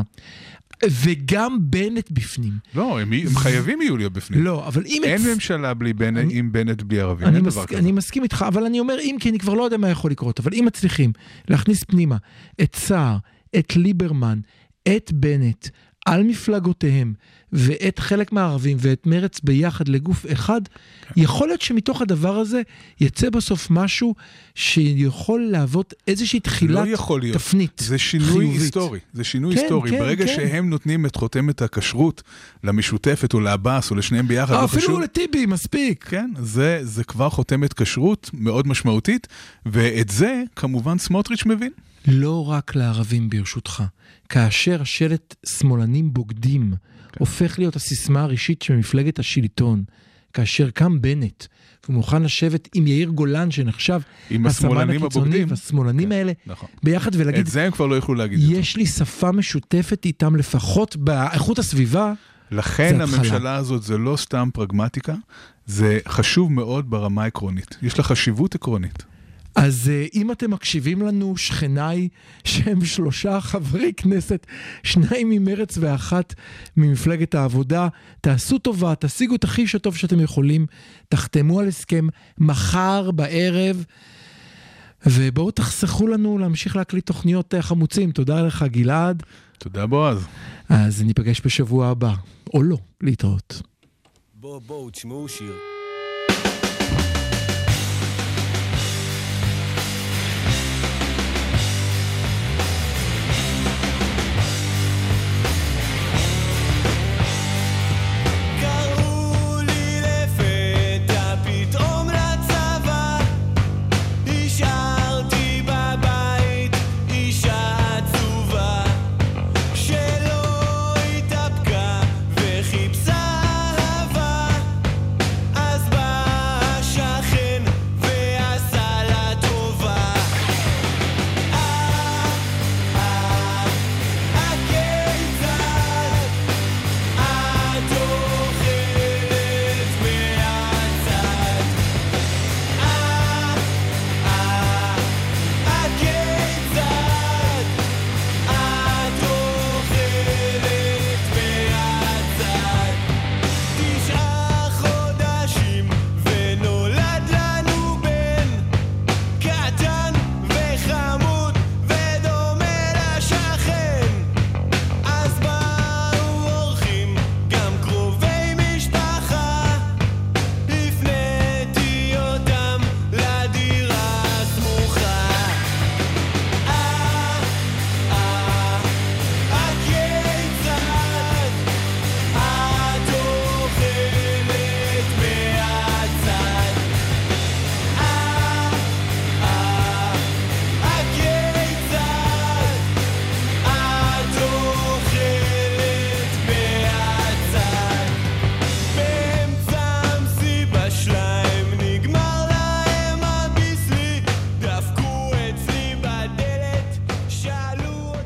וגם בנט בפנים. לא, הם חייבים יהיו להיות בפנים. לא, אבל אם... אין ממשלה בלי בנט, עם בנט בלי ערבים. אני מסכים איתך, אבל אני אומר אם, כי אני כבר לא יודע מה יכול לקרות, אבל אם מצליחים להכניס פנימה את סער, את ליברמן, את בנט, על מפלגותיהם, ואת חלק מהערבים, ואת מרץ ביחד לגוף אחד, יכול להיות שמתוך הדבר הזה, יצא בסוף משהו, שיכול להוות איזושהי תחילת תפנית. זה שינוי היסטורי. זה שינוי היסטורי. ברגע שהם נותנים את חותמת הכשרות, למשותפת או לאבאס, או לשניהם ביחד, אפילו לטיבי, מספיק. כן, זה כבר חותמת כשרות מאוד משמעותית, ואת זה, כמובן, סמוטריץ' מבין. לא רק לערבים ברשותך. כאשר השלט שמאלנים בוגדים, הופך להיות הסיסמה הראשית של מפלגת השלטון, כאשר קם בנט, והוא מוכן לשבת עם יאיר גולן, שנחשב עם השמאלנים הבוגדים, והשמאלנים האלה, ביחד ולהגיד, את זה הם כבר לא יכולו להגיד. יש לי שפה משותפת איתם לפחות באיכות הסביבה, לכן הממשלה הזאת זה לא סתם פרגמטיקה, זה חשוב מאוד ברמה העקרונית. יש לה חשיבות עקרונית. אז אם אתם מקשיבים לנו, שכניי, שהם 3 חברי כנסת, 2 ממרץ ואחת ממפלגת העבודה, תעשו טובה, תשיגו את הכי שטוב שאתם יכולים, תחתמו על הסכם מחר בערב, ובואו תחסכו לנו להמשיך להקליט תוכניות חמוצים. תודה לך גלעד. תודה בועז. אז ניפגש בשבוע הבא, או לא, להתראות. בואו תשמעו שיר.